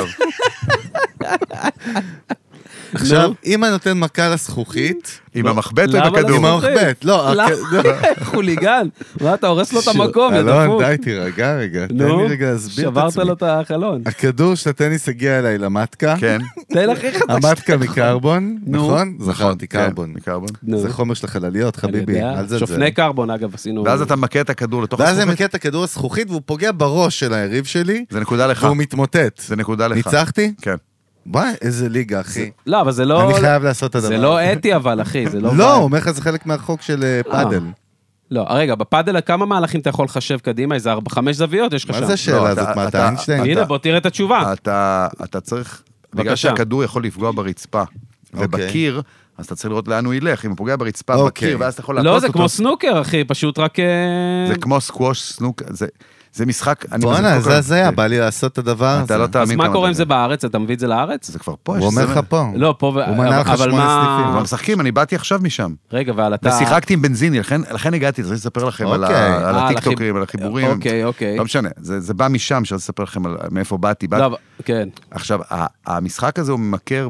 עכשיו, אם אני נותן מכה לזכוכית... עם המחבט או עם הכדור? עם המחבט, לא. חוליגן, מה, אתה הורס לו את המקום, יא דפוק. אלון, די, תירגע רגע, תן לי רגע להסביר את עצמי. שברת לו את החלון. הכדור של הטניס הגיע אליי למטקה. כן. תן לך איך אתה... המטקה מקרבון, נכון? זכרתי, קרבון. מקרבון. זה חומר של החלליות, חביבי. שופני קרבון, אגב, עשינו... ואז אתה מכה את הכדור לתוך הזכוכית. ואז אני מכה את הכדור הזכוכית, והוא פוגע בראש של היריב שלי. זה נקודה לך. והוא מתמוטט. זה נקודה לך. ניצחתי? כן. וואי, איזה ליגה, אחי. לא, אבל זה לא... אני חייב לעשות את הדבר. זה לא אתי, אבל, אחי, זה לא... לא, הוא אומר לך, זה חלק מהחוק של פאדל. לא, רגע, בפאדל, כמה מהלכים אתה יכול לחשב קדימה? איזה ארבע, חמש זוויות יש לך שם. מה זה השאלה הזאת? מה, אתה איינשטיין? הנה, בוא תראה את התשובה. אתה צריך... בגלל שהכדור יכול לפגוע ברצפה, ובקיר... אז אתה צריך לראות לאן הוא ילך, אם הוא פוגע ברצפה, בקיר, ואז אתה יכול להפות לא, אותו. זה כמו סנוקר, אחי, פשוט רק... זה כמו סקווש, סנוקר, זה משחק... בוא'נה, זה הזיה, בא לי לעשות את הדבר הזה. אתה לא תאמין כמה. אז מה קורה עם זה בארץ? אתה מביא את זה לארץ? זה כבר פה. הוא אומר לך פה. לא, פה... הוא מנה לך שמונה סניפים. אבל משחקים, אני באתי עכשיו משם. רגע, ועל אתה... ושיחקתי עם בנזיני, לכן הגעתי, צריך לספר לכם על הטיקטוקים, על החיבורים. אוקיי, אוקיי. לא משנה, זה בא משם, שאני אספר לכם מאיפה באתי. כן. עכשיו, המשחק הזה הוא ממכר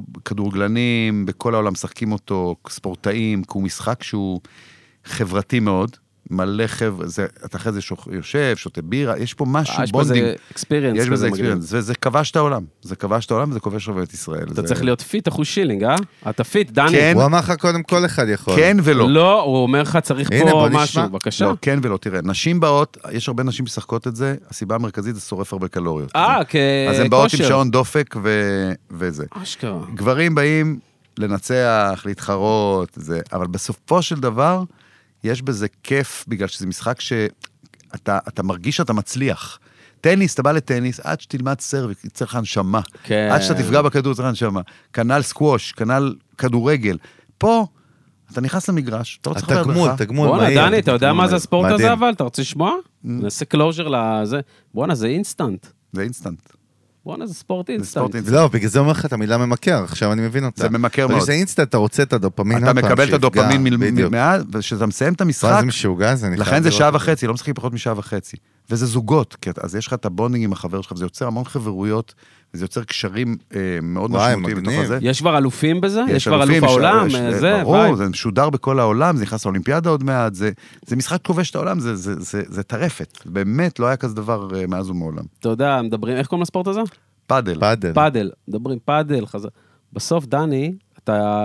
כדורגלנים, בכל העולם משחקים אותו, ספורטאים, כי הוא משחק שהוא חברתי מאוד, מלא חבר'ה, אתה אחרי זה יושב, שותה בירה, יש פה משהו, יש בונדינג. בזה אקספיריאנס. יש בזה אקספיריאנס, וזה כבש את העולם. זה כבש את העולם, וזה כובש רוב את ישראל. אתה צריך להיות פיט, אחוז שילינג, אה? אתה פיט, דני. הוא אמר לך קודם כל אחד יכול. כן ולא. לא, הוא אומר לך, צריך פה משהו, בבקשה. לא, כן ולא, תראה, נשים באות, יש הרבה נשים ששחקות את זה, הסיבה המרכזית זה שורף הרבה קלוריות. אה, ככושר. אז הם באות עם שעון דופק וזה. אשכרה. גברים באים לנצח, להתחרות, זה, אבל בסופו של דבר, יש בזה כיף, בגלל שזה משחק שאתה אתה מרגיש שאתה מצליח. טניס, אתה בא לטניס, עד שתלמד סרב, יצא לך הנשמה. כן. עד שאתה תפגע בכדור, יצא לך הנשמה. כנל סקווש, כנל כדורגל. פה, אתה נכנס למגרש, אתה לא צריך להדרכה. התגמול, תגמול בואנה, מהיר. דני, אתה יודע מה זה הספורט מדהים. הזה, אבל? אתה רוצה לשמוע? נעשה קלוז'ר לזה. בואנה, זה אינסטנט. זה אינסטנט. בואנה, זה ספורט זה אינסטנט. ספורט אינסטנט. לא, בגלל זה אומר לך את המילה ממכר, עכשיו אני מבין אותה. זה ממכר בגלל מאוד. זה אינסטנט, אתה רוצה את הדופמין. אתה מקבל את הדופמין בדיוק. מעל, וכשאתה מסיים את המשחק, זה משוגע, זה נכנס. לכן זה שעה וחצי, לא משחקים פחות משעה וחצי. וזה זוגות, כי אז יש לך את הבונדינג עם החבר שלך, וזה יוצר המון חברויות, וזה יוצר קשרים אה, מאוד וואי, משמעותיים בתוך מגניב. הזה. יש כבר אלופים בזה? יש כבר אלופים, אלוף העולם? יש- זה, ברור, וייב. זה משודר בכל העולם, זה נכנס לאולימפיאדה עוד מעט, זה, זה משחק כובש את העולם, זה, זה, זה, זה טרפת. באמת, לא היה כזה דבר אה, מאז ומעולם. אתה יודע, מדברים, איך קוראים לספורט הזה? פאדל. פאדל. פאדל. מדברים פאדל, חזר. בסוף, דני, אתה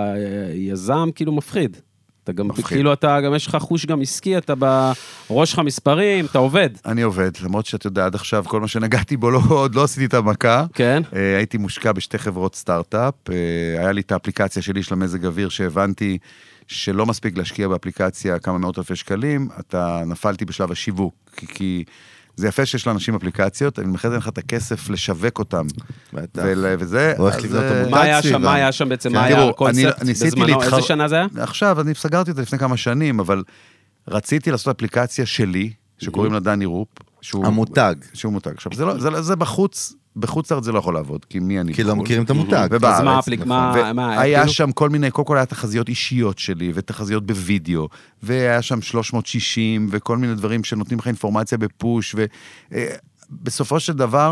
יזם כאילו מפחיד. אתה גם, מפחיד. כאילו אתה, גם יש לך חוש גם עסקי, אתה בראש לך מספרים, אתה עובד. אני עובד, למרות שאתה יודע, עד עכשיו, כל מה שנגעתי בו, לא, עוד לא עשיתי את המכה. כן. אה, הייתי מושקע בשתי חברות סטארט-אפ, אה, היה לי את האפליקציה שלי של המזג אוויר, שהבנתי שלא מספיק להשקיע באפליקציה כמה מאות אלפי שקלים, אתה נפלתי בשלב השיווק, כי, כי זה יפה שיש לאנשים אפליקציות, אני מחזר לך את הכסף לשווק אותם. בטח. ול- וזה, הולך אז, לבנות אה, עמוד. מה היה סביבה. שם, מה היה שם בעצם, מה כן, היה תראו, הקונספט אני ניסיתי בזמנו? להתחר- איזה שנה זה היה? עכשיו, אני סגרתי אותה לפני כמה שנים, אבל רציתי לעשות אפליקציה שלי, שקוראים לה דני רופ, שהוא... המותג. שהוא מותג. עכשיו, זה, לא, זה, זה בחוץ, בחוץ לארץ זה לא יכול לעבוד, כי מי אני? כי לא בחו"ל? מכירים את המותג. ובארץ, אז מה האפליק, נכון. מה, מה, היה כאילו- שם כל מיני, קודם כל היה תחזיות אישיות שלי, ותחזיות בווידאו, והיה שם שלוש מאות שישים, וכל מיני דברים שנותנים לך אינפורמציה בפוש, ובסופו של דבר,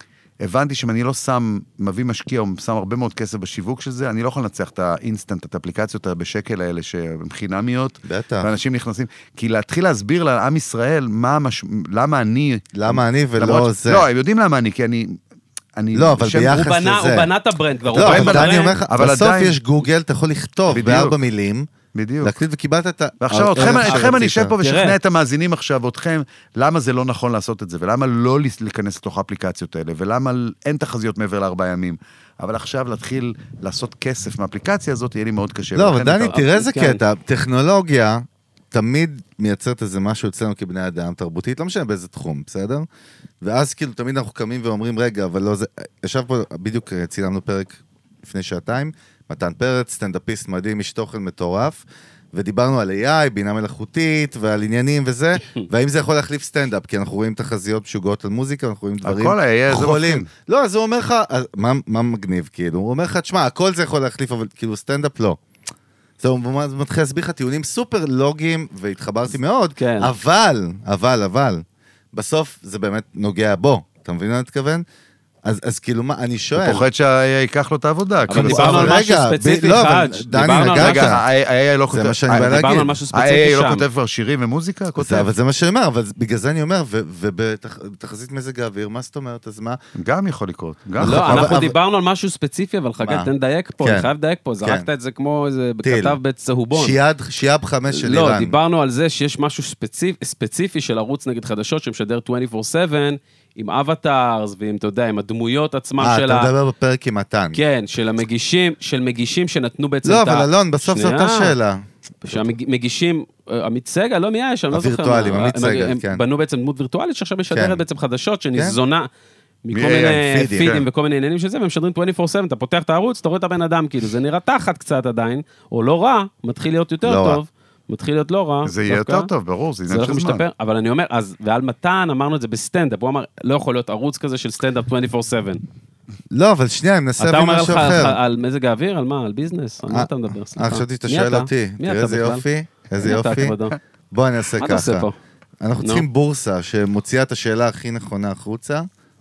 הבנתי שאם אני לא שם, מביא משקיע, או שם הרבה מאוד כסף בשיווק של זה, אני לא יכול לנצח את האינסטנט, את האפליקציות בשקל האלה, שהן חינמיות, בטח. ואנשים נכנסים, כי להתחיל להסביר לעם ישראל, מה המש... למה אני... למה אני ולא למרות- זה. לא, הם יודעים למה אני, כי אני... אני לא, אבל בשם- ביחס הוא בנה, לזה. הוא בנה את הברנד כבר. הוא לא, בנה אבל את דני הברנד. אומר לך, אבל בסוף עדיין- יש גוגל, אתה יכול לכתוב בדיוק. בארבע מילים, בדיוק. להקליט וקיבלת את ה... ועכשיו, הערך אתכם, אתכם אני שרצית. אשב פה ושכנע תראה. את המאזינים עכשיו, אתכם, למה זה לא נכון לעשות את זה, ולמה לא להיכנס לתוך האפליקציות האלה, ולמה אין תחזיות מעבר לארבעה ימים. אבל עכשיו להתחיל לעשות כסף מהאפליקציה הזאת, יהיה לי מאוד קשה. לא, אבל ולכן דני, אתה- תראה איזה כן. קטע, טכנולוגיה תמיד מייצרת איזה משהו אצלנו כבני אדם, תרבותית, לא משנה באיזה תחום, בסדר? ואז כאילו תמיד אנחנו קמים ואומרים, רגע, אבל לא זה... ישב פה, בדיוק צילמנו פרק לפני שעתיים, מתן פרץ, סטנדאפיסט מדהים, איש תוכן מטורף, ודיברנו על איי איי, בינה מלאכותית, ועל עניינים וזה, והאם זה יכול להחליף סטנדאפ, כי אנחנו רואים תחזיות משוגעות על מוזיקה, אנחנו רואים דברים הכל היה, זה חולים. מפחיד. לא, אז הוא אומר לך, אז מה, מה מגניב, כאילו? הוא אומר לך, תשמע, הכל זה יכול להחליף, אבל כאילו סטנדאפ לא. זהו, הוא מתחיל להסביר לך טיעונים סופר לוגיים, והתחברתי מאוד, כן. אבל, אבל, אבל, בסוף זה באמת נוגע בו, אתה מבין מה אני מתכוון? אז, אז כאילו מה, אני שואל... הוא פוחד שיקח לו את העבודה. אבל כאילו, דיברנו על אבל משהו רגע, ספציפי, ב- לא, אבל חאג', דני, דיברנו על נגעת. משהו- רגע, ה-איי איי לא כותב... זה מה שאני בא דיברנו להגיד. על משהו ספציפי ה-איי איי לא שם. כותב כבר שירים ומוזיקה? זה, כותב. אבל זה מה שאני אומר, אבל בגלל זה אני אומר, ו- ובתחזית מזג האוויר, מה זאת אומרת, אז מה? גם יכול לקרות. גם לא, אבל- אנחנו אבל- דיברנו על משהו ספציפי, אבל חכה, מה? תן דייק פה, כן. אני חייב לדייק פה, זרקת את זה כמו איזה טיל. בכתב בצהובון. שיעד, שיעב חמש של לא, איראן. דיברנו על זה שיש משהו ספציפ, ספציפי של ערוץ נגד חדשות שמשדר עשרים וארבע שבע, עם אבטארס, ועם, אתה יודע, עם הדמויות עצמם אה, של אתה ה... מדבר בפרק עם מתן. כן, של המגישים, של מגישים שנתנו בעצם לא, את ה... אבל אלון, בסוף זו אותה שנייה. שאלה. שהמגישים, עמית סגל, לא מי היה שם, לא זוכר. הווירטואלים, מה. עמית הם- סגל, הם כן. בנו בעצם דמות וירטואלית שעכשיו משדרת כן. בעצם חדשות, שניזונה מכל מ- מיני פידים, פידים כן. וכל מיני עניינים של זה, והם משדרים עשרים וארבע שבע, אתה פותח את הערוץ, אתה רואה את הבן אדם, כאילו, זה נראה תחת קצת עדיין, או לא רע, מתחיל להיות יותר לא רע. טוב, מתחיל להיות לא רע. זה יהיה דווקא. יותר טוב, ברור, זה זה עניין הולך של זמן. ומשתפר, אבל אני אומר, אז, ועל מתן אמרנו את זה בסטנדאפ, הוא אמר, לא יכול להיות ערוץ כזה של סטנדאפ עשרים וארבע שבע. לא, אבל שנייה, אני מנסה אתה להבין אומר משהו לך אחר. על- על מזג האוויר, על מה? על ביזנס? על מה אתה מדבר? סליחה. אה, חשבתי שאתה מי שואל אתה? אותי. מי תראה אתה איזה בכלל? יופי, איזה מי אתה, יופי. כבודו? בוא נעשה מה אתה עושה ככה. פה? אנחנו נו. צריכים בורסה שמוציאה את השאלה הכי נכונה החוצה,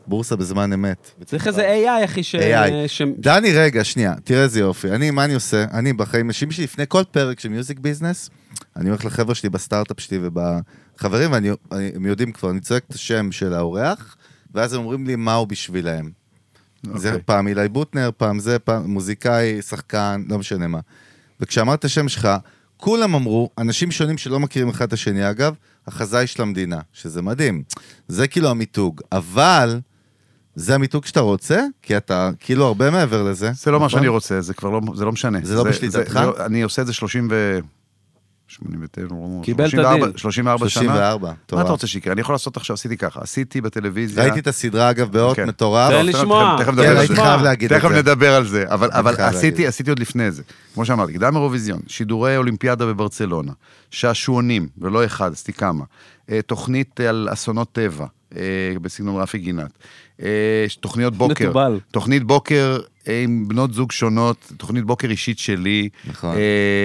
בורסה בזמן אמת. צריך איזה איי איי, אחי, ש... איי איי. ש... דני, רגע, שנייה, תראה איזה יופי. אני, מה אני עושה? אני בחיים, אנשים שלי, לפני כל פרק של מיוזיק ביזנס, אני הולך לחבר'ה שלי בסטארט-אפ שלי ובחברים, והם יודעים כבר, אני צועק את השם של האורח, ואז הם אומרים לי מה הוא בשבילהם. Okay. זה פעם אילי בוטנר, פעם זה, פעם מוזיקאי, שחקן, לא משנה מה. וכשאמרת את השם שלך, כולם אמרו, אנשים שונים שלא מכירים אחד את השני, אגב, החזאי של המדינה, שזה מדהים. זה כאילו המיתוג, אבל זה המיתוג שאתה רוצה, כי אתה כאילו הרבה מעבר לזה. זה לא מה שאני רוצה, זה כבר לא, זה לא משנה. זה לא בשליטתך? אני עושה את זה שלושים ו... שמונים ותשע, קיבל את הדין. שלושים וארבע שנה. שלושים וארבע, מה אתה רוצה שיקרה? אני יכול לעשות עכשיו, עשיתי ככה, עשיתי בטלוויזיה. ראיתי את הסדרה, אגב, באות מטורף. תן לשמוע. תכף נדבר על זה. חייב להגיד את זה. תכף נדבר על זה, אבל עשיתי, עשיתי עוד לפני זה. כמו שאמרתי, קדם אירוויזיון, שידורי אולימפיאדה בברצלונה, שעשועונים, ולא אחד, עשיתי כמה. תוכנית על אסונות טבע, בסגנון רפי גינת. תוכניות בוקר. מטובל. תוכנית בוקר עם בנות זוג שונות, תוכנית בוקר אישית שלי. נכון.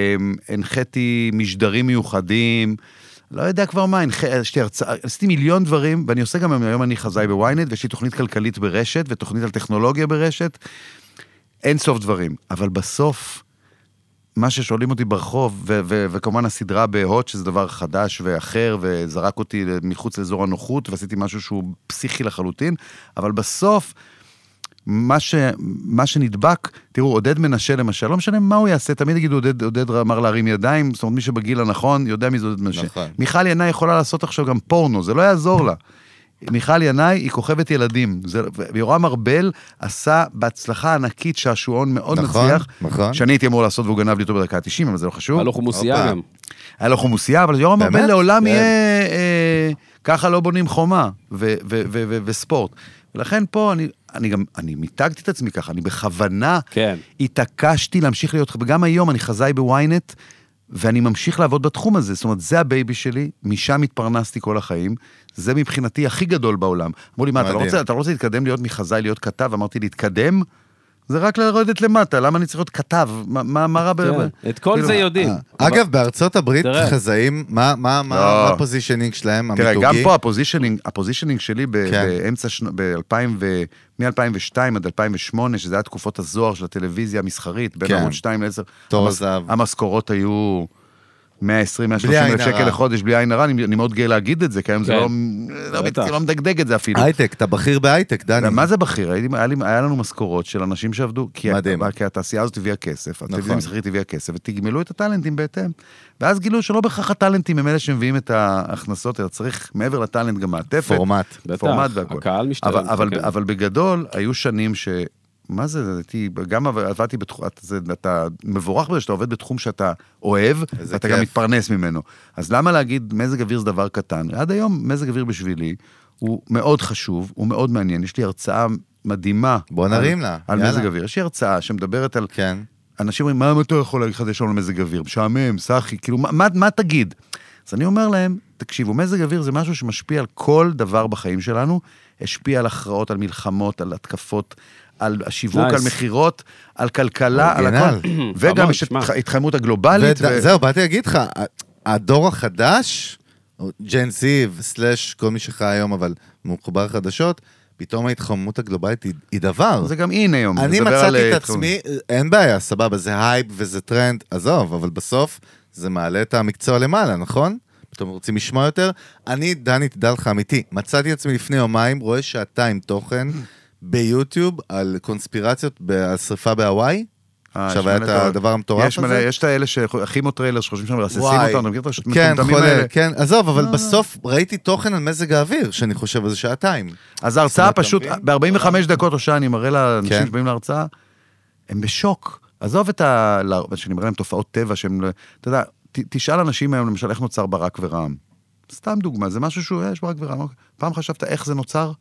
הנחיתי משדרים מיוחדים, לא יודע כבר מה, עשיתי מיליון דברים, ואני עושה גם היום אני חזאי בוויינט, ויש לי תוכנית כלכלית ברשת, ותוכנית על טכנולוגיה ברשת, אין סוף דברים. אבל בסוף, מה ששואלים אותי ברחוב, ו- ו- וכמובן הסדרה בהוט, שזה דבר חדש ואחר, וזרק אותי מחוץ לאזור הנוחות, ועשיתי משהו שהוא פסיכי לחלוטין, אבל בסוף, מה, ש, מה שנדבק, תראו, עודד מנשה למשל, לא משנה מה הוא יעשה, תמיד יגידו, עודד, עודד אמר להרים ידיים, זאת אומרת, מי שבגיל הנכון, יודע מי זה עודד מנשה. נכון. מיכל ינאי יכולה לעשות עכשיו גם פורנו, זה לא יעזור לה. מיכל ינאי היא כוכבת ילדים, ויורם ארבל עשה בהצלחה ענקית שעשועון מאוד נכון, מצליח, נכון. שאני הייתי אמור לעשות והוא גנב לי אותו בדקה ה-תשעים, אבל זה לא חשוב. היה לו חומוסייה גם. היה לו חומוסייה, אבל יורם ארבל לעולם יהיה, אה, ככה לא בונים חומה ו- ו- ו- ו- וספורט. ולכן פה אני, אני גם, אני מיתגתי את עצמי ככה, אני בכוונה כן. התעקשתי להמשיך להיות, וגם היום אני חזאי בוויינט, ואני ממשיך לעבוד בתחום הזה, זאת אומרת, זה הבייבי שלי, משם התפרנסתי כל החיים, זה מבחינתי הכי גדול בעולם. אמרו לי, מה, אתה לא רוצה, אתה לא רוצה להתקדם להיות מחזאי, להיות כתב? אמרתי, להתקדם? זה רק לרדת למטה, למה אני צריך להיות כתב? מה, מה רע ב... את כל זה יודעים. אגב, בארצות הברית חזאים, מה הפוזישנינג שלהם, המיתוגי? תראה, גם פה הפוזישנינג, הפוזישנינג שלי באמצע, מ-אלפיים ושתיים עד אלפיים ושמונה, שזה היה תקופות הזוהר של הטלוויזיה המסחרית, בין ערוץ שתיים לעשר, המשכורות היו מאה ועשרים עד מאה ושלושים אלף שקל לחודש, בלי עין הרע, אני מאוד גאה להגיד את זה, כי היום זה לא מדגדג את זה אפילו. הייטק, אתה בכיר בהייטק, דני. מה זה בכיר? היה לנו משכורות של אנשים שעבדו, כי התעשייה הזאת הביאה כסף, הטלוויזיה המסחרית הביאה כסף, ותגמלו את הטלנטים בהתאם. ואז גילו שלא בכך הטלנטים הם אלה שמביאים את ההכנסות, אלא צריך מעבר לטלנט גם מעטפת. פורמט. פורמט והכל. הקהל משתלם. אבל בגדול, היו שנים ש... מה זה? גם עבדתי בתחום, אתה מבורך בזה שאתה עובד בתחום שאתה אוהב, ואתה גם מתפרנס ממנו. אז למה להגיד מזג אוויר זה דבר קטן? עד היום מזג אוויר בשבילי הוא מאוד חשוב, הוא מאוד מעניין. יש לי הרצאה מדהימה. בוא נרים לה. על מזג אוויר. יש לי הרצאה שמדברת על... כן. אנשים אומרים, מה אתה יכול לחדש לנו מזג אוויר? משעמם, סחי, כאילו, מה תגיד? אז אני אומר להם, תקשיבו, מזג אוויר זה משהו שמשפיע על כל דבר בחיים שלנו, השפיע על הכרעות, על מלחמות, על התקפות, על השיווק, על מחירות, על כלכלה, על הכל. וגם יש את התחממות הגלובלית. זהו, באתי להגיד לך, הדור החדש, ג'ן זי סלש כל מי שחי היום, אבל מחובר חדשות, פתאום ההתחממות הגלובלית היא דבר. זה גם אין היום. אני מצאתי את עצמי, אין בעיה, סבבה, זה הייפ וזה טרנד, עזוב, אבל בסוף זה מעלה את המקצוע למעלה, נכון? פתאום רוצים לשמוע יותר. אני, דני, תדע לך אמיתי, מצאתי את עצמי לפני יומיים, רואה שעתיים תוכן ביוטיוב על קונספירציות בשריפה בהוואי. עכשיו היה את הדבר המטורף הזה. יש את האלה שהכימו טריילר שחושבים שהם מרססים אותם, אתה מכיר את כן, חולה, כן, עזוב, אבל בסוף ראיתי תוכן על מזג האוויר, שאני חושב על זה שעתיים. אז ההרצאה פשוט, ב-ארבעים וחמש דקות או שעה, אני מראה לאנשים שבאים להרצאה, הם בשוק. עזוב את ה... שאני מראה להם תופעות טבע, שהם, אתה יודע, תשאל אנשים היום, למשל, איך נוצר ברק ורעם. סתם דוגמה, זה משהו שהוא, יש ברק ורעם. פעם חשבת איך זה נוצר?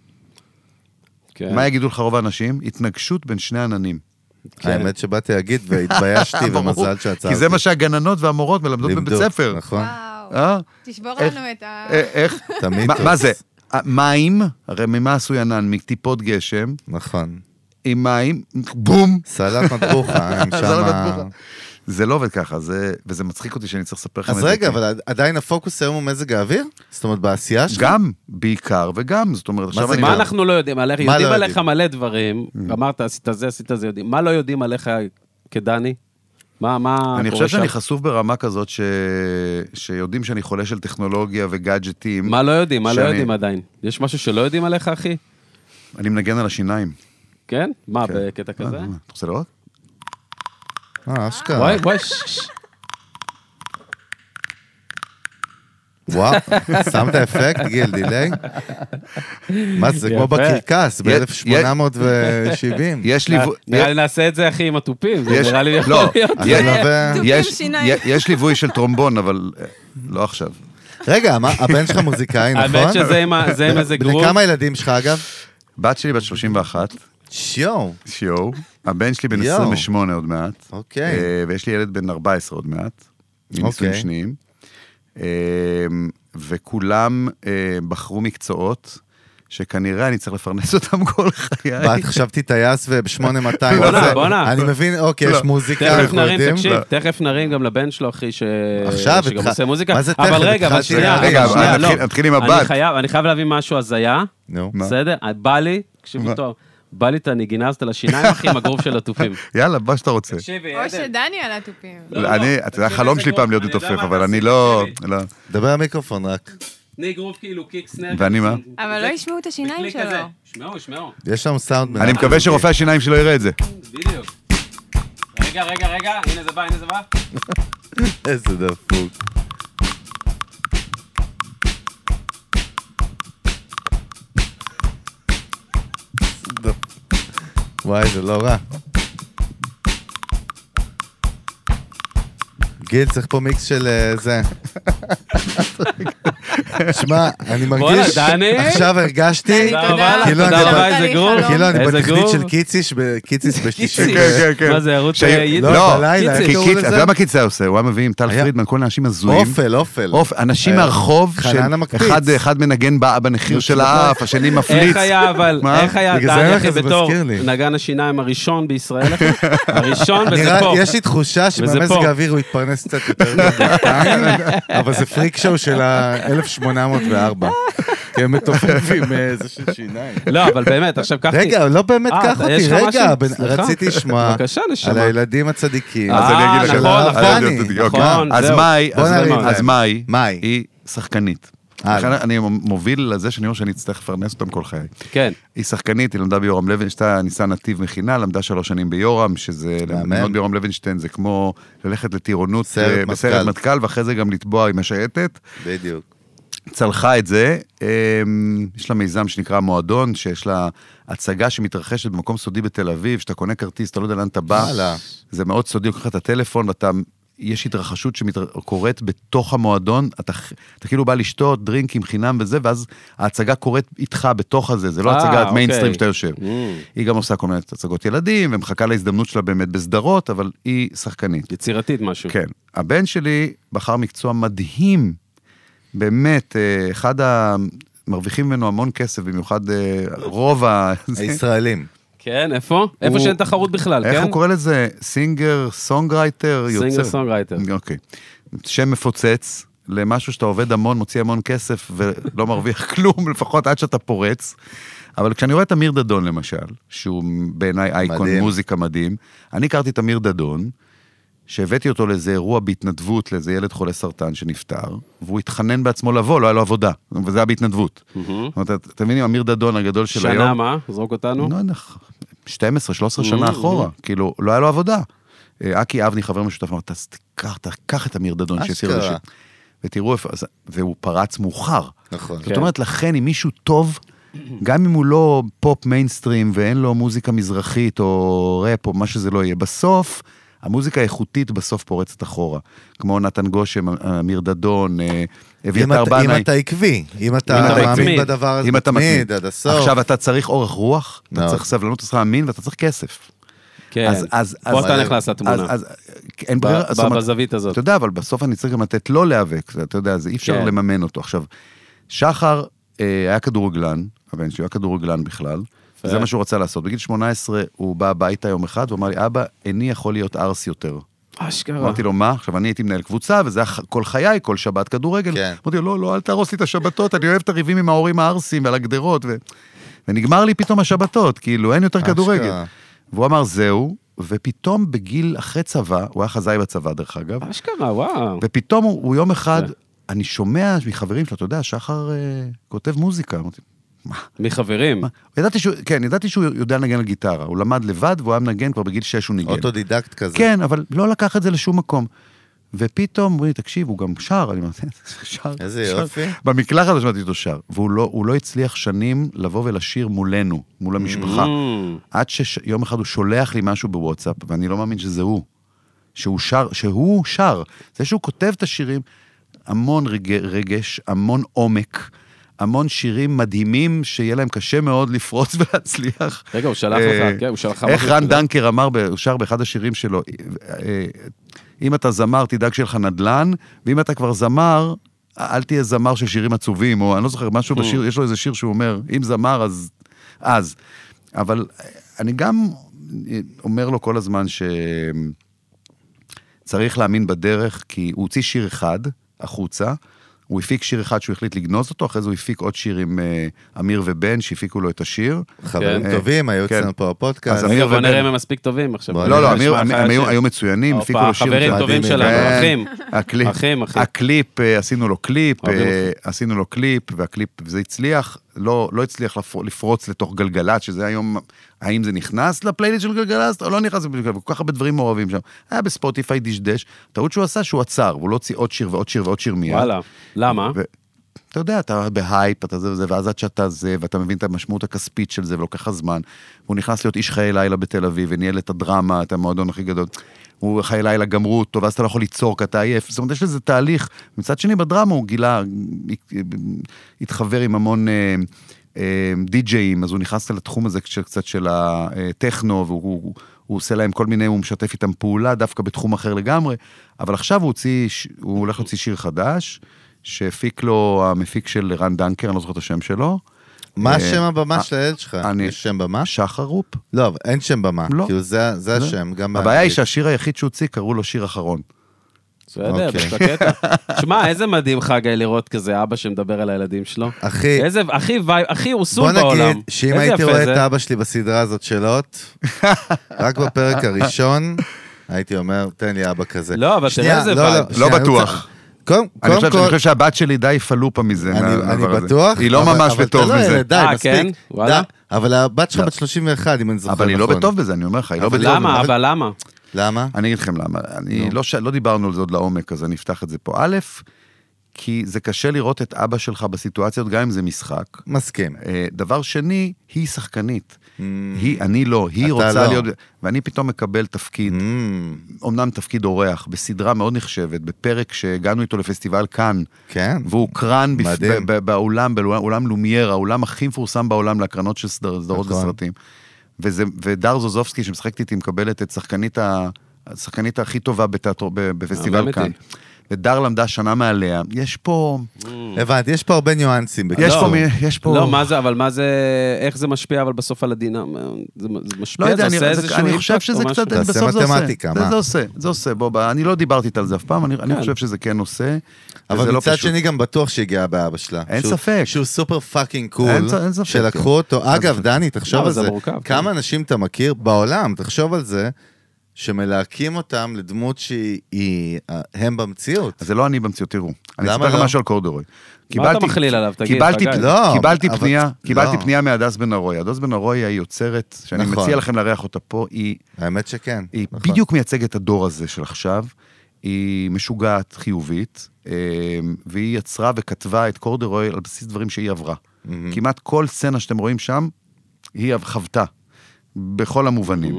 מה יגידו לך רוב האנשים? התנגשות בין שני עננים. האמת שבאתי להגיד והתביישתי ומזל שעצרתי. כי זה מה שהגננות והמורות מלמדות בבית ספר. נכון. וואו, תשבור לנו את ה... איך? תמיד טוב. מה זה? מים, הרי ממה עשוי ענן? מטיפות גשם. נכון. עם מים, בום. סלט מטבוחה, עם שמה... זה לא עובד ככה, זה, וזה מצחיק אותי שאני צריך לספר לכם את אז זה. רגע, אבל עדיין הפוקוס היום הוא מזג האוויר? זאת אומרת, בעשייה שלך? גם, בעיקר וגם, זאת אומרת, עכשיו זה אני... מה גם? אנחנו לא יודעים עליך? מה יודעים לא עליך יודעים? מלא דברים, אמרת, עשית זה, עשית זה, יודעים. מה לא יודעים עליך כדני? מה, מה אני קורה חושב שאני שם? חשוף ברמה כזאת ש... שיודעים שאני חולה של טכנולוגיה וגאדג'טים. מה לא יודעים? מה לא שאני- יודעים עדיין? יש משהו שלא יודעים עליך, אחי? אני מנגן על השיניים. כן? מה, כן. בקטע כזה? מה, מה, אתה רוצה לראות? אה, אשכרה. וואי, וואי, ש- ש- וואו, שמת אפקט, גיל, דילי? מה זה, כמו יפה. בקרקס, ב-אלף שמונה מאות שבעים. יש לי... נראה לי נעשה את זה, אחי, עם התופים. זה יש- נראה לי יכול לא, להיות. יש- מלווה- תופים יש- שיניים. יש ליווי של טרומבון, אבל אה, לא עכשיו. רגע, מה, הבן שלך מוזיקאי, נכון? האמת שזה עם ה- זה עם איזה בני גרוב. כמה ילדים שלך, אגב? בת שלי בת שלושים ואחת, שיו, שיו, הבן שלי בן יואו. עשרים ושמונה עוד מעט, אוקיי. אה, ויש לי ילד בן ארבע עשרה עוד מעט, מנישואים אוקיי. שניים, אה, וכולם אה, בחרו מקצועות, שכנראה אני צריך לפרנס אותם כל חיי. בת, חשבתי טייס וב-שמונה מאתיים. בואנה, זה- בואנה. אני מבין, אוקיי, לא. יש מוזיקה, תכף אנחנו נרים, יודעים. תקשיב, לא. תכף נרים גם לבן שלו, אחי, ש- עכשיו, שגם התח- עושה מוזיקה. מה זה אבל תכף? רגע, אבל התחלתי- שנייה, רגע, אבל שנייה, נתחיל- לא. נתחיל עם אני הבת. חייב- אני חייב להביא משהו הזיה, נו. מה? בסדר? בא לי, תקשיבו מה? טוב, בא לי את הנגינה הזאת על השיניים, אחי, עם הגרוב של התופים. יאללה, מה שאתה רוצה. תקשיבי, או עדן. שדני על התופים. לא, לא, אני, לא. אתה יודע, תקשיבי החלום איזה שלי גרוב, פעם להיות אני יודע מתופף, מה אבל אתה אני עשית, לא... תקשיבי. לא. דבר המיקרופון רק. תני גרוב כאילו, קיק סנאפ. ואני מה? אבל לא ישמעו את השיניים בקליק שלו. כזה. שמעו, שמעו. יש לנו סאונד. אני מקווה שרופא השיניים שלו יראה את זה. בדיוק. רגע, רגע, רגע, הנה זה בא, הנה זה בא. איזה דפוק. וואי, זה לא רע. גיל, צריך פה מיקס של אה, זה. שמע, אני מרגיש, דני. עכשיו הרגשתי, דני, תודה רבה, כאילו תודה אני רבה, בא- איזה לי גרוב. חלום. כאילו אני איזה בתוכנית גרוב. של קיציש, קיציס בשלישי. קיציס. כן, כן, כן. מה זה, ערוץ ש- יידיש? לא, לא, בלילה, איך כי קראו קיץ, לזה? אתה יודע מה קיץ היה עושה? הוא היה מביא עם טל היה- פרידמן, כל מיני אנשים הזויים. אופל, אופל. אופ, אנשים היה- מהרחוב, חנן המקפיץ. אחד- אחד מנגן ב- בנחיר של האף, השני מפליץ. איך היה, אבל, מה? איך היה, בגלל זה דני, אני אחי, לך, זה בתור מזכיר לי. נגן השיניים הראשון בישראל, אחי? הראשון, וזה נראה, פה. יש לי תחושה שבמזג פה. האוויר הוא יתפרנס קצת יותר בינתיים, אבל זה פריק שואו של ה-אלף שמונה מאות וארבע. כי הם מתופפים איזה של שיניים. לא, אבל באמת, עכשיו קח לי. רגע, לא באמת אה, קח יש אותי, לך רגע, משהו? בן- סליחה. רציתי לשמוע בבקשה, נשמה. על הילדים הצדיקים. אז אני אגיד לך, נכון, אז נכון. אני אגיד לך, אוקיי. נכון, אז זהו. מאי, בוא אז- נרים אז להם. מאי, מאי. היא שחקנית. הלאה. לכן אני מוביל לזה שאני אומר שאני אצטרך לפרנס אותם כל חיי. כן. היא שחקנית, היא למדה ביורם לוינשטיין, ניסה נתיב מכינה, למדה שלוש שנים ביורם, שזה, מאמן. ללמוד ביורם לוינשטיין זה כמו ללכת לטירונות סיירת אה, מטכ"ל. בסיירת מטכ"ל, ואחרי זה גם לטבוע עם השייטת. בדיוק. צלחה את זה, אמ, יש לה מיזם שנקרא מועדון, שיש לה הצגה שמתרחשת במקום סודי בתל אביב, שאתה קונה כרטיס, אתה לא יודע לאן אתה בא, וואלה. זה מאוד סודי, הוא קח את הטלפון, ואתה, יש התרחשות שקורית בתוך המועדון, אתה, אתה כאילו בא לשתות, דרינקים חינם וזה, ואז ההצגה קורית איתך בתוך הזה, זה לא אה, הצגת אוקיי. מיינסטרים שאתה יושב. Mm. היא גם עושה כל מיני הצגות ילדים, ומחכה להזדמנות שלה באמת בסדרות, אבל היא שחקנית. יצירתית משהו. כן. הבן שלי בחר מקצוע מדהים, באמת, אה, אחד המרוויחים ממנו המון כסף, במיוחד אה, רוב ה... הישראלים. כן, איפה? איפה שאין תחרות בכלל, איך כן? הוא קורא לזה? סינגר, סונגרייטר, יוצר? סינגר סונגרייטר. אוקיי. שם מפוצץ, למשהו שאתה עובד המון, מוציא המון כסף, ולא מרוויח כלום, לפחות עד שאתה פורץ. אבל כשאני רואה את אמיר דדון למשל, שהוא בעיניי אייקון מדהים. מוזיקה מדהים, אני הכרתי את אמיר דדון, שהבאתי אותו לאיזה אירוע בהתנדבות, לאיזה ילד חולה סרטן שנפטר, והוא התחנן בעצמו לבוא, לא היה לו עבודה, וזה היה בהתנדבות. זאת אומרת, אתה מבין, אמיר דדון הגדול של היום, שנה מה? זרוק אותנו? לא יודע, שתים עשרה שלוש עשרה שנה אחורה, כאילו, לא היה לו עבודה. אה, אקי אבני, חבר משותף, אמר, תקח, תקח את אמיר דדון, שיסיר אשכרה. לשם. ותראו איפה, אז- והוא פרץ מאוחר. נכון. זאת אומרת, לכן, אם מישהו טוב, גם אם הוא לא פופ מיינסטרים, ואין לו מוזיקה מזרחית, או ראפ, או מה שזה לא יהיה, בסוף, המוזיקה האיכותית בסוף פורצת אחורה. כמו נתן גושם, אמיר דדון, אה, אם אביתר אתה- אם בנאי. אתה עקבי, אם אם אתה אתה מאמין מתמיד. בדבר הזה אם אתה מתמיד מתמיד. עד הסוף. עכשיו, אתה צריך אורך רוח, אתה מאוד. צריך סבלנות, אתה צריך להאמין, ואתה צריך כסף. כן. אז- אז- פה אז- אתה אז- נכנס לתמונה. אז, אז אין ברירה, ב- זאת אומרת, בזווית הזאת. אתה יודע, אבל בסוף אני צריך גם לתת לו להיאבק, אתה יודע, זה אי אפשר כן. לממן אותו. עכשיו, שחר אה, היה כדורגלן, הבן שלי היה כדורגלן בכלל, וזה מה שהוא רצה לעשות. בגיל שמונה עשרה הוא בא הביתה יום אחד, הוא אמר לי, אבא, איני יכול להיות ארס יותר. אשכרה. אמרתי לו, מה? עכשיו, אני הייתי מנהל קבוצה, וזה היה כל חיי, כל שבת כדורגל. כן. אמרתי לו, לא, לא, אל תהרוס לי את השבתות, אני אוהב את הריבים עם ההורים הארסים ועל הגדרות, ו... ונגמר לי פתאום השבתות, כאילו, אין יותר אשכרה. כדורגל. והוא אמר, זהו, ופתאום בגיל אחרי צבא, הוא היה חזאי בצבא, דרך אגב, אשכרה, וואו. ופתאום הוא, הוא יום אחד, אני שומע מחברים שלו, אתה יודע, שחר אה, כותב מוזיקה. אמרתי, מה? מחברים. מה? ידעתי שהוא, כן, ידעתי שהוא יודע לנגן על גיטרה. הוא למד לבד, והוא היה מנגן כבר בגיל שש, הוא ניגן. אוטודידקט כזה. כן, אבל לא לקח את זה לשום מקום. ופתאום, בואי, תקשיב, הוא גם שר, אני אומרת, שר. איזה שר. יופי. במקלחת שמעתי אותו שר, והוא לא, הוא לא הצליח שנים לבוא ולשיר מולנו, מול המשפחה. עד שיום אחד הוא שולח לי משהו בוואטסאפ, ואני לא מאמין שזה הוא. שהוא שר, שהוא שר. זה שהוא כותב את השירים, המון רגש, רגש, המון עומק, המון שירים מדהימים, שיהיה להם קשה מאוד לפרוץ ולהצליח. רגע, הוא שלח לך, כן, הוא שלח לך. איך רן דנקר אמר, הוא שר באחד השירים שלו, אם אתה זמר, תדאג שלך נדלן, ואם אתה כבר זמר, אל תהיה זמר של שירים עצובים, או אני לא זוכר, משהו בשיר, יש לו איזה שיר שהוא אומר, אם זמר, אז... אז. אבל אני גם אומר לו כל הזמן שצריך להאמין בדרך, כי הוא הוציא שיר אחד החוצה, הוא הפיק שיר אחד שהוא החליט לגנוז אותו, אחרי זה הוא הפיק עוד שיר עם uh, אמיר ובן, שהפיקו לו את השיר. חברים טובים, היו אצלנו פה בפודקאסט. רגע, בוא נראה אם הם מספיק טובים עכשיו. לא, לא, הם היו מצוינים, הפיקו לו שיר. חברים טובים שלנו, אחים. אחים, אחים. הקליפ, עשינו לו קליפ, עשינו לו קליפ, והקליפ, זה הצליח, לא הצליח לפרוץ לתוך גלגלת, שזה היום, האם זה נכנס לפלייליסט של גלגלת, או לא נכנס, וכל כך הרבה דברים מעורבים שם. היה בספוטיפיי דשדש, טעות שהוא עשה, שהוא עצר, והוא לא הוציא עוד שיר ועוד שיר ועוד שיר מיד. וואלה, למה? אתה יודע, אתה בהייפ, אתה זה וזה, ואז עד שאתה זה, ואתה מבין את המשמעות הכספית של זה, ולוקח הזמן. הוא נכנס להיות איש חיי לילה בתל אביב, וניהל את הדרמה, את המועדון הכי גדול. הוא חיי לילה גמרו אותו, ואז אתה לא יכול ליצור, כי אתה עייף. זאת אומרת, יש לזה תהליך. מצד שני, בדרמה הוא גילה, התחבר עם המון די-ג'אים, אז הוא נכנס לתחום הזה קצת של הטכנו, והוא הוא עושה להם כל מיני, הוא משתף איתם פעולה, דווקא בתחום אחר לגמרי. אבל עכשיו הוא הוציא, הוא הולך להוציא שיר חדש, שהפיק לו המפיק של רן דנקר, אני לא זוכר את השם שלו. מה השם הבמה של הילד שלך? יש שם במה? שחר רופ. לא, אין שם במה. לא. כאילו זה השם. הבעיה היא שהשיר היחיד שהוציא, קראו לו שיר אחרון. בסדר, בקטע. שמע, איזה מדהים חגי לראות כזה אבא שמדבר על הילדים שלו. אחי. איזה, הכי וייב, הכי אוסול בעולם. בוא נגיד, שאם הייתי רואה את אבא שלי בסדרה הזאת שאלות, רק בפרק הראשון, הייתי אומר, תן לי אבא כזה. לא, אבל תראה איזה וייב. לא בטוח. אני חושב שהבת שלי די פלופה מזה. אני בטוח. היא לא ממש בטוב בזה. די, מספיק. אבל הבת שלך בת שלושים ואחת, אם אני זוכר נכון. אבל היא לא בטוב בזה, אני אומר לך, היא לא בטוב. למה? אבל למה? למה? אני אגיד לכם למה. אני לא דיברנו על זה עוד לעומק, אז אני אפתח את זה פה. א', כי זה קשה לראות את אבא שלך בסיטואציות, גם אם זה משחק. מסכים. דבר שני, היא שחקנית. היא, אני לא, היא רוצה להיות, ואני פתאום מקבל תפקיד, אומנם תפקיד אורח, בסדרה מאוד נחשבת, בפרק שהגענו איתו לפסטיבל כאן, והוא קרן באולם, באולם לומיירה, האולם הכי מפורסם בעולם להקרנות של סדרות וסרטים. ודר זוזובסקי, שמשחקת איתי, מקבלת את השחקנית הכי טובה בפסטיבל כאן. ודר למדה שנה מעליה, יש פה... הבנתי, יש פה הרבה ניואנסים. יש פה... יש פה... לא, מה זה, אבל מה זה... איך זה משפיע, אבל בסוף על הדינה? זה משפיע, לא יודע, זה עושה איזשהו... אני חושב שזה קצת... בסוף זה עושה. מה? זה עושה, זה עושה. בוא, אני לא דיברתי על זה אף פעם, אני חושב שזה כן עושה. אבל מצד שני גם בטוח שהגיעה באבא שלה. אין ספק. שהוא סופר פאקינג קול. שלקחו אותו. אגב, דני, תחשוב על זה. כמה אנשים אתה מכיר בעולם, תחשוב על זה. שמלהקים אותם לדמות שהיא הם במציאות. אז זה לא אני במציאות, תראו. אני למה אספר לא? משהו על קורדורוי. מה אתה מכליל עליו? תגיד, קיבלתי, חגי. לא, קיבלתי אבל- פנייה, קיבלתי לא. פנייה מהדס בן ארוי. הדס בן ארוי היא יוצרת, שאני נכון. מציע לכם לארח אותה פה, היא, האמת שכן. היא נכון. בדיוק מייצגת את הדור הזה של עכשיו, היא משוגעת חיובית, אה, והיא יצרה וכתבה את קורדורוי על בסיס דברים שהיא עברה. כמעט כל סצנה שאתם רואים שם, היא חוותה, בכל המובנים.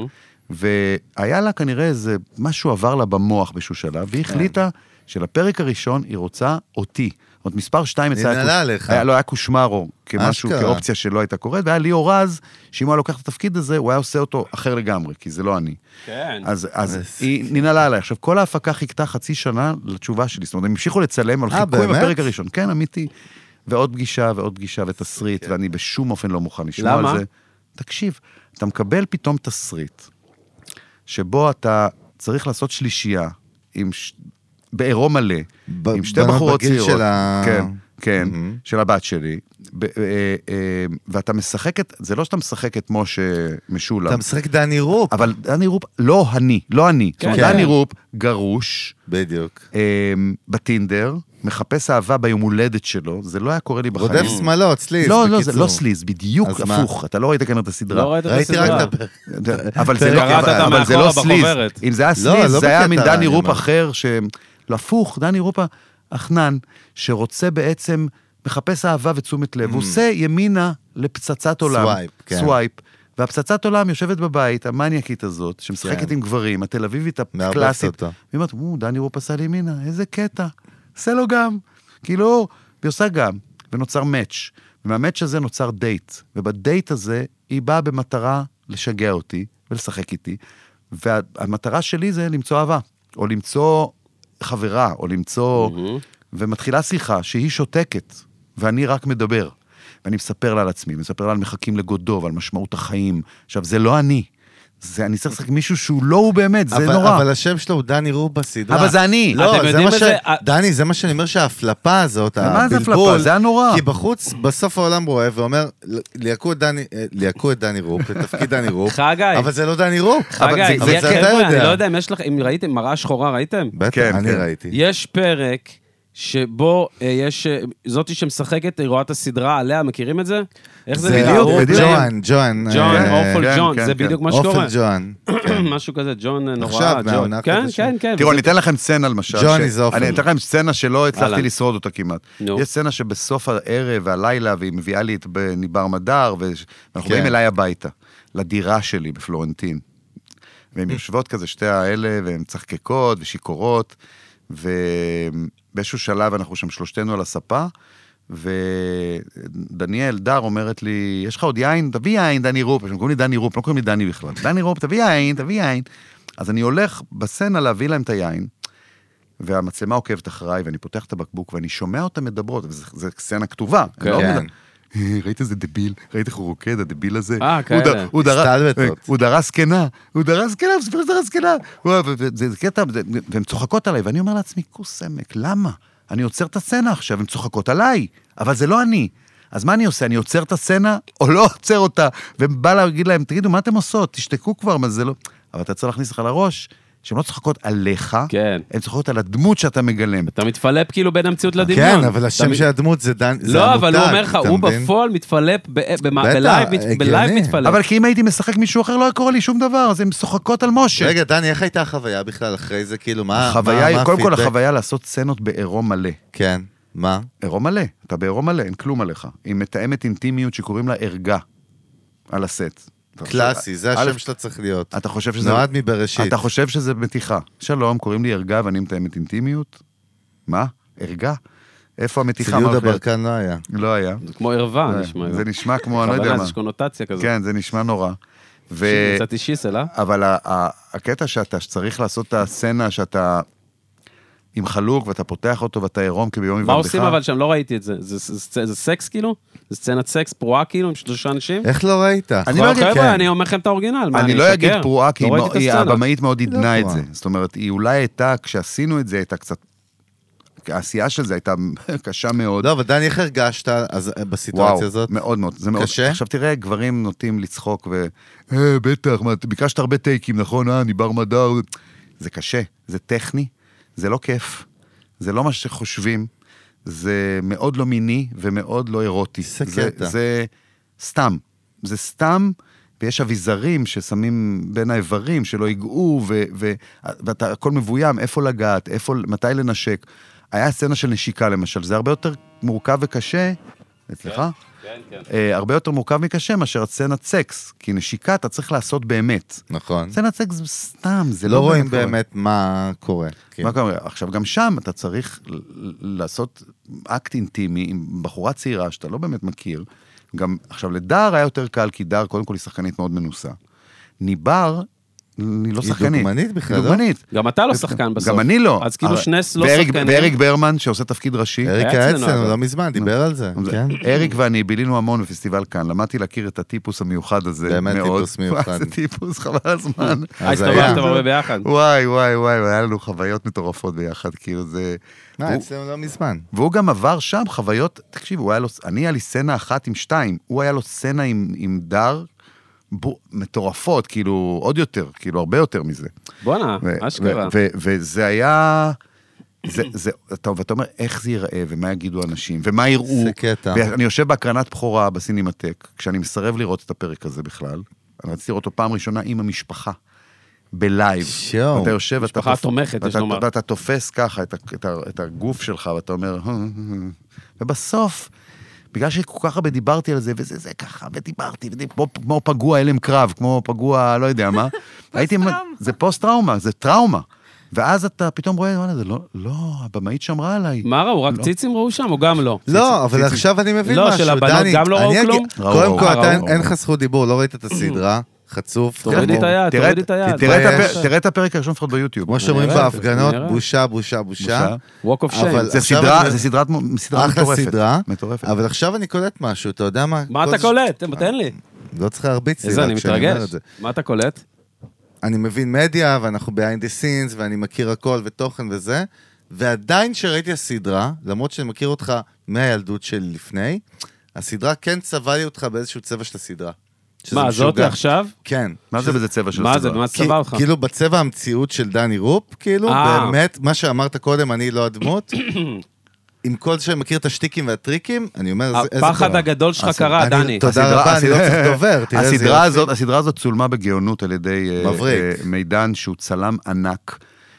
והיה לה כנראה איזה משהו עבר לה במוח באיזשהו שלב, והיא החליטה שלפרק הראשון היא רוצה אותי. זאת אומרת, מספר שתיים אצלה היא נעלה עליך. היה, לא היה קושמרו, כמשהו, אשכרה. כאופציה שלא הייתה קורית, והיה ליאור רז, שאם הוא היה לוקח את התפקיד הזה, הוא היה עושה אותו אחר לגמרי, כי זה לא אני. כן. אז, אז היא ננעלה עליי. עכשיו, כל ההפקה חיכתה חצי שנה לתשובה שלי, זאת אומרת, הם המשיכו לצלם, אבל אה, חיכו עם באמת? הפרק הראשון. כן, אמיתי. ועוד פגישה, ועוד פגישה, ותסריט, ואני בשום אופן לא מוכן לשמוע למה? על זה. תקשיב, אתה מקבל פתאום תסריט, שבו אתה צריך לעשות שלישייה, עם ש... בעירום מלא, ב- עם שתי בנות בחורות בגיל צעירות. של ה- כן, כן, מהמם. של הבת שלי. ב- אה, אה, ואתה משחק את, זה לא שאתה משחק את משה משולם. אתה משחק דני רופ. אבל דני רופ, לא אני, לא אני. זאת אומרת, כן. דני רופ, גרוש, בדיוק. אה, בטינדר, מחפש אהבה ביום הולדת שלו, זה לא היה קורה לי בחיים. רודף שמאלות, סליז, לא, לא, זה בקיצור. לא סליז, בדיוק אז מה? הפוך. אתה לא ראית כאן את הסדרה. לא ראית את ראיתי רק הסדרה. את הפרק. אבל זה לא, קראת אבל, אותה אבל זה לא מאחורה סליז. בחוברת. אם זה היה לא, סליז, לא זה היה בקטע מין רע, דני אני רופ אומר. אחר, ש... לא, הפוך, דני רופ החנן, שרוצה בעצם, מחפש אהבה ותשומת לב, הוא עושה ימינה לפצצת עולם. סווייפ, כן. סווייפ. והפצצת עולם יושבת בבית, המניאקית הזאת, שמשחקת כן. עם גברים, התל אביבית מערבבת הקלאסית. אותה. והיא אומרת, "מו, דני רופ עשה לי ימינה, איזה קטע. עושה לו גם. כאילו, היא עושה גם. ונוצר מאץ'. ומהמאץ' הזה נוצר דייט. ובדייט הזה, היא באה במטרה לשגע אותי ולשחק איתי. והמטרה שלי זה למצוא אהבה. או למצוא חברה, או למצוא... ומתחילה שיחה שהיא שותקת, ואני רק מדבר. ואני מספר לה על עצמי, מספר לה על מחכים לגודו, ועל משמעות החיים. עכשיו, זה לא אני. זה, אני צריך לשחק מישהו שהוא לא הוא באמת, זה אבל, נורא. אבל השם שלו הוא דני רופ בסדרה. אבל זה אני. לא, אתם זה יודעים מה את ש... זה? דני, זה מה שאני אומר שההפלפה הזאת, מה זה הבלבול, הפלפה? זה היה נורא. כי בחוץ, בסוף העולם רואה ואומר, ליעקו את דני, ליעקו את דני רופ, לתפקיד דני רופ, חגי. אבל זה לא דני רופ. חגי, אבל זה- אבל זה- זה אתה חבר'ה, אני יודע. לא יודע אם יש לך, אם ראיתם מראה שחורה, ראיתם? בטח, כן, אני כן. ראיתי. יש פרק שבו אה, יש, אה, זאתי שמשחקת, היא רואה את הסדרה עליה, מכירים את זה? איך זה זה בדיוק, בדיוק? בדיוק. ג'ואן, ג'ואן. ג'ון, אה, אופל כן, ג'ון, כן, זה כן. בדיוק מה שקורה. אופל ג'ואן. משהו כזה, ג'ון נורא, עכשיו, ג'ון. מהעונה כן, החדשה. כן, כן. תראו, וזה- אני אתן לכם סצנה למשל. ג'וני ש- זה אופן. אני אתן לכם סצנה שלא הצלחתי אהלן. לשרוד אותה כמעט. נו. יש סצנה שבסוף הערב והלילה, והיא מביאה לי את ניבר מדר, ואנחנו כן. באים אליי הביתה, לדירה שלי בפלורנטין. והן יושבות כזה, שתי האלה, והן צחקקות ושיקורות, ובאיזשהו שלב אנחנו שם שלושתנו על הספה, ודניאל דר אומרת לי, יש לך עוד יין? תביא יין, דני רופ. הם קוראים לי דני רופ, לא קוראים לי דני בכלל. דני רופ, תביא יין, תביא יין. אז אני הולך בסצנה להביא להם את היין, והמצלמה עוקבת אחריי, ואני פותח את הבקבוק, ואני שומע אותה מדברות, וזו סצנה כתובה. אני לא כן. מדבר- "אה, ראית איזה דביל? ראית איך הוא רוקד, הדביל הזה? אה, הוא כאלה. ד- הוא דרס- הסתלבטות. הוא דרס זקנה, הוא דרס זקנה, הוא סיפר שדרס זקנה. וואו, ו- ו- זה קטע, זה- והן צוחקות עליי, ואני אומר לעצמי, כוס עמק, למה? אני עוצר את הסצנה עכשיו, הן צוחקות עליי, אבל זה לא אני. אז מה אני עושה? אני עוצר את הסצנה, או לא עוצר אותה, ובא להגיד להם, תגידו, מה אתם עושות? תשתקו כבר, מה זה לא... אבל אתה צריך להכניס לך לראש, שהן לא צוחקות עליך, כן. הן צוחקות על הדמות שאתה מגלם. אתה מתפלפ כאילו בין המציאות לדמיון. כן, אבל השם אתה- של הדמות זה דן, זה לא, אבל הוא המותג, אומר לך, אתה הוא מבין? בפועל מתפלפ, ב- במה- בטח, בלייב מת- הגיוני. בלייב מתפלפ. אבל כי אם הייתי משחק מישהו אחר, לא היה קורה לי שום דבר, אז הן משוחקות על משה. רגע, דני, איך הייתה החוויה בכלל אחרי זה? כאילו, מה החוויה מה- היא, מה קודם כל הפידבק? החוויה לעשות סצנות בעירום מלא. כן, מה? עירום מלא, אתה בעירום מלא, אין כלום עליך. היא מתאמת אינטימיות שקוראים לה ערגה על הסט. אתה קלאסי, חושב- זה א', השם שאתה צריך להיות. אתה חושב שזה... נועד מבראשית. אתה חושב שזה מתיחה. שלום, קוראים לי ערגה ואני מתאמת אינטימיות? מה? ערגה? איפה המתיחה? אצל יהודה מה הולך להיות? ברקן לא היה. לא היה. זה כמו ערווה, לא, נשמע. זה נשמע כמו, אני לא יודע בכוונה, מה. יש קונוטציה כזאת. כן, זה נשמע נורא. ו... יצאתי שיסל, אה? אבל ה- ה- הקטע שאתה צריך לעשות את הסצנה שאתה עם חלוק ואתה פותח אותו ואתה עירום כביום מה היוולדך. עושים אבל שם? לא ראיתי את זה. זה- זה- זה זה סקס כאילו? זה סצנת סקס פרועה כאילו עם שלושה אנשים? איך לא ראית? אני לא אגיד, חבר'ה, כן. אני אומר לכם את האורגינל. מה, אני לא אגיד אשקר? פרועה, כי לא היא ראיתי מאוד- את היא- הסצנה. הבמאית מאוד עידנה את פרועה. זה. זאת אומרת, היא אולי הייתה, כשעשינו את זה, הייתה קצת... העשייה של זה הייתה קשה מאוד. לא, אבל דני, איך הרגשת אז בסיטואציה וואו, הזאת? מאוד מאוד. זה מאוד. קשה? עכשיו תראה, גברים נוטים לצחוק ו... אה, בטח, מה, ביקשת הרבה טייקים, נכון? אה, ניבר מדר. זה קשה, זה טכני, זה לא כיף. זה לא מה שחושבים. זה מאוד לא מיני ומאוד לא אירוטי. זה זה, קטע. זה סתם. זה סתם, ויש אביזרים ששמים בין האיברים שלא ייגעו, ו, ו, ואתה הכל מבוים, איפה לגעת, איפה, מתי לנשק. היה סצנה של נשיקה למשל, זה הרבה יותר מורכב וקשה, אצלך? כן, כן. אה, הרבה יותר מורכב מקשה מאשר סצנת סקס, כי נשיקה אתה צריך לעשות באמת. נכון. סצנת סקס זה סתם, זה לא לא רואים קורה. באמת מה קורה. כן. מה קורה? עכשיו, גם שם אתה צריך ל- ל- לעשות אקט אינטימי עם בחורה צעירה שאתה לא באמת מכיר. גם, עכשיו, לדר היה יותר קל, כי דר, קודם כל, היא שחקנית מאוד מנוסה. ניבר, אני לא היא שחקנית. דוגמנית בכלל, היא לא? דוגמנית. גם אתה לא שחקן בסוף. גם אני לא. אז כאילו שנס לא ואריק- שחקנים. ואריק ברמן, שעושה תפקיד ראשי. אריק היה היה אצלנו, אצלנו אגב. לא מזמן, דיבר על זה, כן. אריק ואני בילינו המון בפסטיבל כאן, למדתי להכיר את הטיפוס המיוחד הזה. באמת מאוד. טיפוס מיוחד. וואי, זה טיפוס, חבל הזמן. אה, אז היה. הסתובבתם הרבה ביחד. וואי, וואי, וואי, היה לנו חוויות מטורפות ביחד, כאילו זה... מה, והוא- אצלנו לא מזמן. והוא גם עבר שם חוויות, תקשיבו, הוא היה לו, אני היה לי סצנה אחת עם שתיים, הוא היה לו סצנה עם, עם דר, בו, מטורפות, כאילו, עוד יותר, כאילו, הרבה יותר מזה. בואנה, ו- אשכרה. ו- ו- וזה היה... זה, זה, טוב, ואתה אומר, איך זה ייראה, ומה יגידו אנשים, ומה יראו. זה קטע. ואני יושב בהקרנת בכורה בסינמטק, כשאני מסרב לראות את הפרק הזה בכלל, אני רציתי לראות אותו פעם ראשונה עם המשפחה, בלייב. שואו. ואתה יושב, ואתה משפחה תופ- תומכת, יש ואתה- לומר. ואתה תופס ככה את, ה- את, ה- את הגוף שלך, ואתה אומר, ובסוף, בגלל שכל כך הרבה דיברתי על זה, וזה זה ככה, ודיברתי, ודיב- כמו, כמו פגוע הלם קרב, כמו פגוע, לא יודע מה, הייתי, זה פוסט טראומה, זה טראומה. ואז אתה פתאום רואה, וואלה, זה לא, לא, הבמאית שמרה עליי. מה ראו? רק לא. ציצים ראו שם, או גם לא? לא, אבל ציצי. עכשיו אני מבין לא, משהו, של הבנות דני, גם לא ראו אני אגיד- כלום? ראו, קודם ראו, כל, ראו, אתה- ראו. אין לך זכות דיבור, לא ראית את הסדרה, חצוף. תוריד לי את היד, תראה תוריד את- את היד. תראה את תתבייש. הפר- תראה את הפרק הראשון לפחות ביוטיוב. כמו שאומרים נראה, בהפגנות, נראה. בושה, בושה, בושה. Walk of shame. אבל זה עכשיו סדרה, אני- זה סדרת מ- סדרה אחלה מטורפת. סדרה, מטורפת. אבל עכשיו אני קולט משהו, אתה יודע מה? מה כל אתה ש- קולט? תן לי. לא צריך להרביץ לי, איזה, אני רק כשאני אומר את מתרגש. זה. מה אתה קולט? אני מבין מדיה, ואנחנו behind the scenes, ואני מכיר הכל ותוכן וזה, ועדיין שראיתי הסדרה, למרות שאני מכיר אותך מהילדות של לפני, הסדרה כן צבע לי אותך באיזשהו צבע של הסדרה. שזה מה, משוגע. זאתי עכשיו? כן. מה זה בזה צבע של מה זה, הסדרה? מה כי- צבע אותך? כאילו בצבע המציאות של דני רופ, כאילו, אה. באמת, מה שאמרת קודם, אני לא הדמות, עם כל שאני מכיר את השטיקים והטריקים, אני אומר, זה- איזה הפחד קורה. הגדול שלך אז קרה, אני- דני. תודה הסדרה- רבה, אני לא הסדרה- צריך דובר, תראה איזה הסדרה יופי. הזאת, הסדרה הזאת צולמה בגאונות על ידי אה, מבריק. אה, מידן שהוא צלם ענק,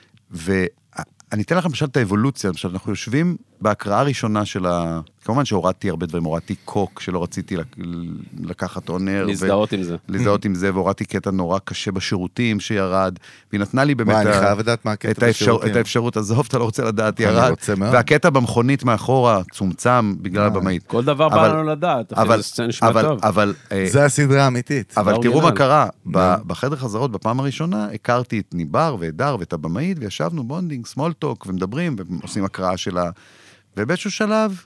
ואני אתן לכם למשל את האבולוציה, למשל אנחנו יושבים בהקראה הראשונה של ה... כמובן שהורדתי הרבה דברים, הורדתי קוק שלא רציתי לק- לקחת אונר, להזדהות עם זה. להזדהות עם זה, והורדתי קטע נורא קשה בשירותים שירד, והיא נתנה לי באמת וואי, אני ה- חייב לדעת מה הקטע את האפשר- בשירותים. את האפשרות, עזוב, אתה לא רוצה לדעת, אני ירד, רוצה מאוד. והקטע במכונית מאחורה צומצם בגלל הבמאית. כל דבר בא אבל- לנו לדעת, אחי, אבל, זה סצנה נשמע אבל, טוב. אבל, אה, זה הסדרה האמיתית. אבל זה תראו מה אורגינל. קרה, ב- בחדר חזרות בפעם הראשונה, הכרתי את ניבר ואת דר ואת הבמאית, וישבנו בונדינג, סמול טוק, ומדברים, ועושים הקראה שלה, ובאיזשהו שלב,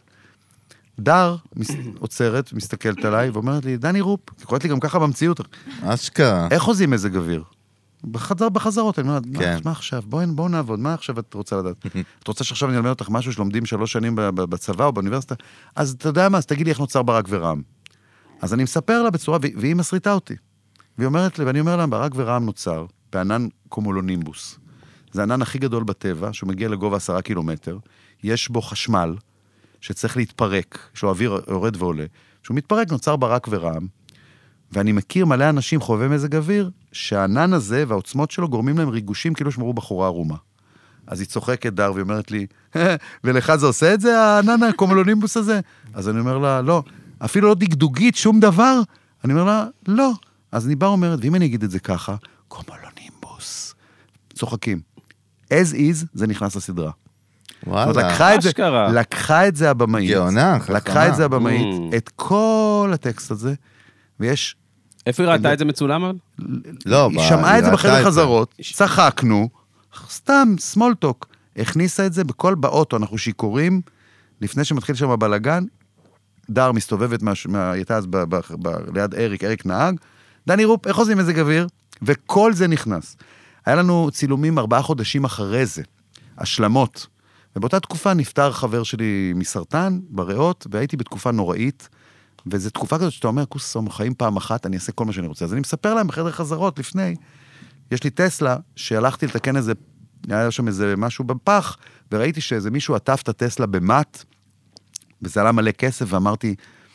דר מס- עוצרת, מסתכלת עליי, ואומרת לי, דני רופ, היא קוראת לי גם ככה במציאות, אשכרה. איך חוזים מזג אוויר? בחזר, בחזרות, אני אומרת, מה, כן. מה עכשיו? בואי, בואו נעבוד, מה עכשיו את רוצה לדעת? את רוצה שעכשיו אני אלמד אותך משהו שלומדים שלוש שנים ב- ב- בצבא או באוניברסיטה? אז אתה יודע מה, אז תגיד לי איך נוצר ברק ורעם. אז אני מספר לה בצורה, והיא- והיא מסריטה אותי. והיא אומרת לי, ואני אומר לה, ברק ורעם נוצר בענן קומולונימבוס. זה הענן הכי גדול בטבע, שהוא מגיע לגובה עשרה קילומטר, יש בו חשמל שצריך להתפרק, שהוא אוויר יורד ועולה, שהוא מתפרק, נוצר ברק ורעם, ואני מכיר מלא אנשים חובבי מזג אוויר, שהענן הזה והעוצמות שלו גורמים להם ריגושים כאילו שמרו בחורה ערומה. אז היא צוחקת דר והיא אומרת לי, ולך זה עושה את זה, הענן הקומולונימבוס הזה? אז אני אומר לה, לא, אפילו לא דגדוגית, שום דבר. אני אומר לה, לא. אז אני בא אומרת, ואם אני אגיד את זה ככה, קומולונימבוס. צוחקים. as is, זה נכנס לסדרה. זאת אומרת, וואלה. לקחה את זה, אשכרה. לקחה את זה הבמאית. גאונה, חכמה. לקחה את זה הבמאית, Mm. את כל הטקסט הזה, ויש איפה היא ראתה את זה מצולם? אבל? לא, היא ב- שמעה היא את זה ראתה בחדר את חזרות, צחקנו, סתם, small talk, הכניסה את זה בכל באוטו, אנחנו שיכורים, לפני שמתחיל שם הבלגן, דר מסתובבת, מה, מה, הייתה אז ב, ב, ב, ליד אריק, אריק נהג, דני רופ, איך עושים מזג אוויר? וכל זה נכנס. היה לנו צילומים ארבעה חודשים אחרי זה, השלמות, ובאותה תקופה נפטר חבר שלי מסרטן, בריאות, והייתי בתקופה נוראית, וזו תקופה כזאת שאתה אומר, כוסום, חיים פעם אחת, אני אעשה כל מה שאני רוצה. אז אני מספר להם בחדר חזרות לפני, יש לי טסלה, שהלכתי לתקן איזה, היה שם איזה משהו בפח, וראיתי שאיזה מישהו עטף את הטסלה במט, וזה עלה מלא כסף, ואמרתי,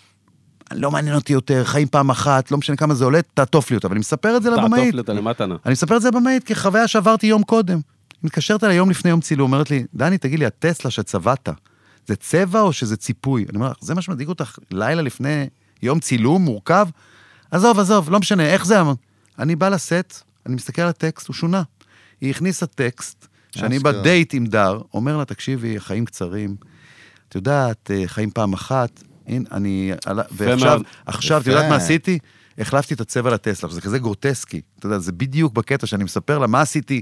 לא מעניין אותי יותר, חיים פעם אחת, לא משנה כמה זה עולה, תעטוף לי אותה. ואני מספר את זה לבמאית. תעטוף לי אותה למטנה. אני מספר את זה לבמאית, כחוויה שעברתי יום קודם. היא מתקשרת אליי יום לפני יום צילום, אומרת לי, דני, תגיד לי, הטסלה שצבעת, זה צבע או שזה ציפוי? אני אומר לך, זה מה שמדאיג אותך לילה לפני יום צילום מורכב? עזוב, עזוב, לא משנה, איך זה? אני בא לסט, אני מסתכל על הטקסט, הוא שונה. היא הכניסה טקסט, שאני אשכרה. בדייט עם דר, אומר לה, תקשיבי, חיים קצרים, את יודעת, חיים פעם אחת, הנה, אני, ועכשיו, מאוד. עכשיו, את יפה. יודעת מה עשיתי? החלפתי את הצבע לטסלה, זה כזה גרוטסקי, אתה יודע, זה בדיוק בקטע שאני מספר לה, מה עשיתי,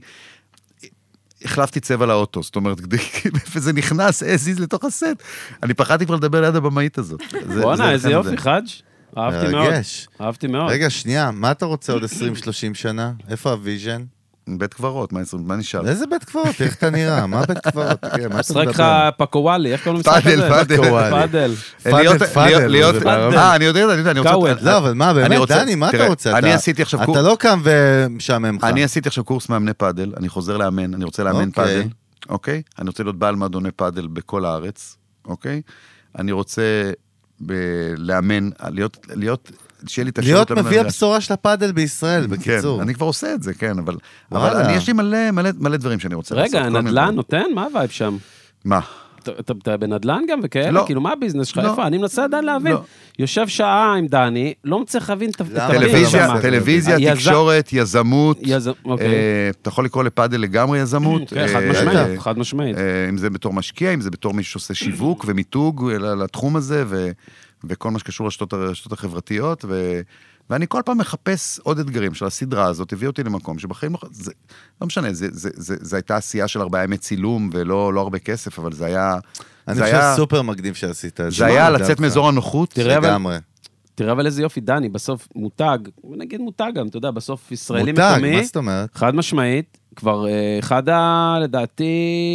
החלפתי צבע לאוטו, זאת אומרת, וזה נכנס, הזיז לתוך הסט, אני פחדתי כבר לדבר ליד הבמאית הזאת. בוא'נה, איזה יופי, חאג'. אהבתי מאוד, מרגש. אהבתי מאוד. רגע, שנייה, מה אתה רוצה עוד עשרים שלושים שנה? איפה הוויז'ן? בית קברות, מה נשאר? איזה בית קברות? איך אתה נראה? מה בית קברות? משחק לך פקוואלי, איך קוראים למשחק הזה? פאדל, פאדל. פאדל, פאדל. להיות, אה, אני יודע, אני יודע, אני רוצה... לא, אבל מה, באמת, דני, מה אתה רוצה? אני עשיתי עכשיו קורס... אתה לא קם ומשעמם לך. אני עשיתי עכשיו קורס מאמני פאדל, אני חוזר לאמן, אני רוצה לאמן פאדל, אוקיי? אני רוצה להיות בעל מועדוני פאדל בכל הארץ, אוקיי? אני רוצה לאמן, להיות... להיות מביא הבשורה של הפאדל בישראל, בקיצור. כן, אני כבר עושה את זה, כן, אבל אני יש לי מלא דברים שאני רוצה לעשות. רגע, הנדל"ן נותן? מה הווייב שם? מה? אתה בנדל"ן גם וכאלה? כאילו, מה הביזנס שלך? איפה? אני מנסה עדיין להבין. יושב שעה עם דני, לא מצליח להבין את הביזנס. טלוויזיה, תקשורת, יזמות. אתה יכול לקרוא לפאדל לגמרי יזמות. חד משמעית, חד משמעית. אם זה בתור משקיע, אם זה בתור מי שעושה שיווק ומיתוג לתחום הזה, וכל מה שקשור לרשתות החברתיות, ואני כל פעם מחפש עוד אתגרים של הסדרה הזאת, הביא אותי למקום שבחיים לא משנה, זה הייתה עשייה של ארבעה ימי צילום, ולא הרבה כסף, אבל זה היה... אני חושב סופר מקדים שעשית. זה היה לצאת מאזור הנוחות. לגמרי. תראה אבל איזה יופי, דני, בסוף מותג, נגיד מותג גם, אתה יודע, בסוף ישראלי מקומי. מקומי. מותג, מה זאת אומרת? חד משמעית, כבר אחד ה... לדעתי...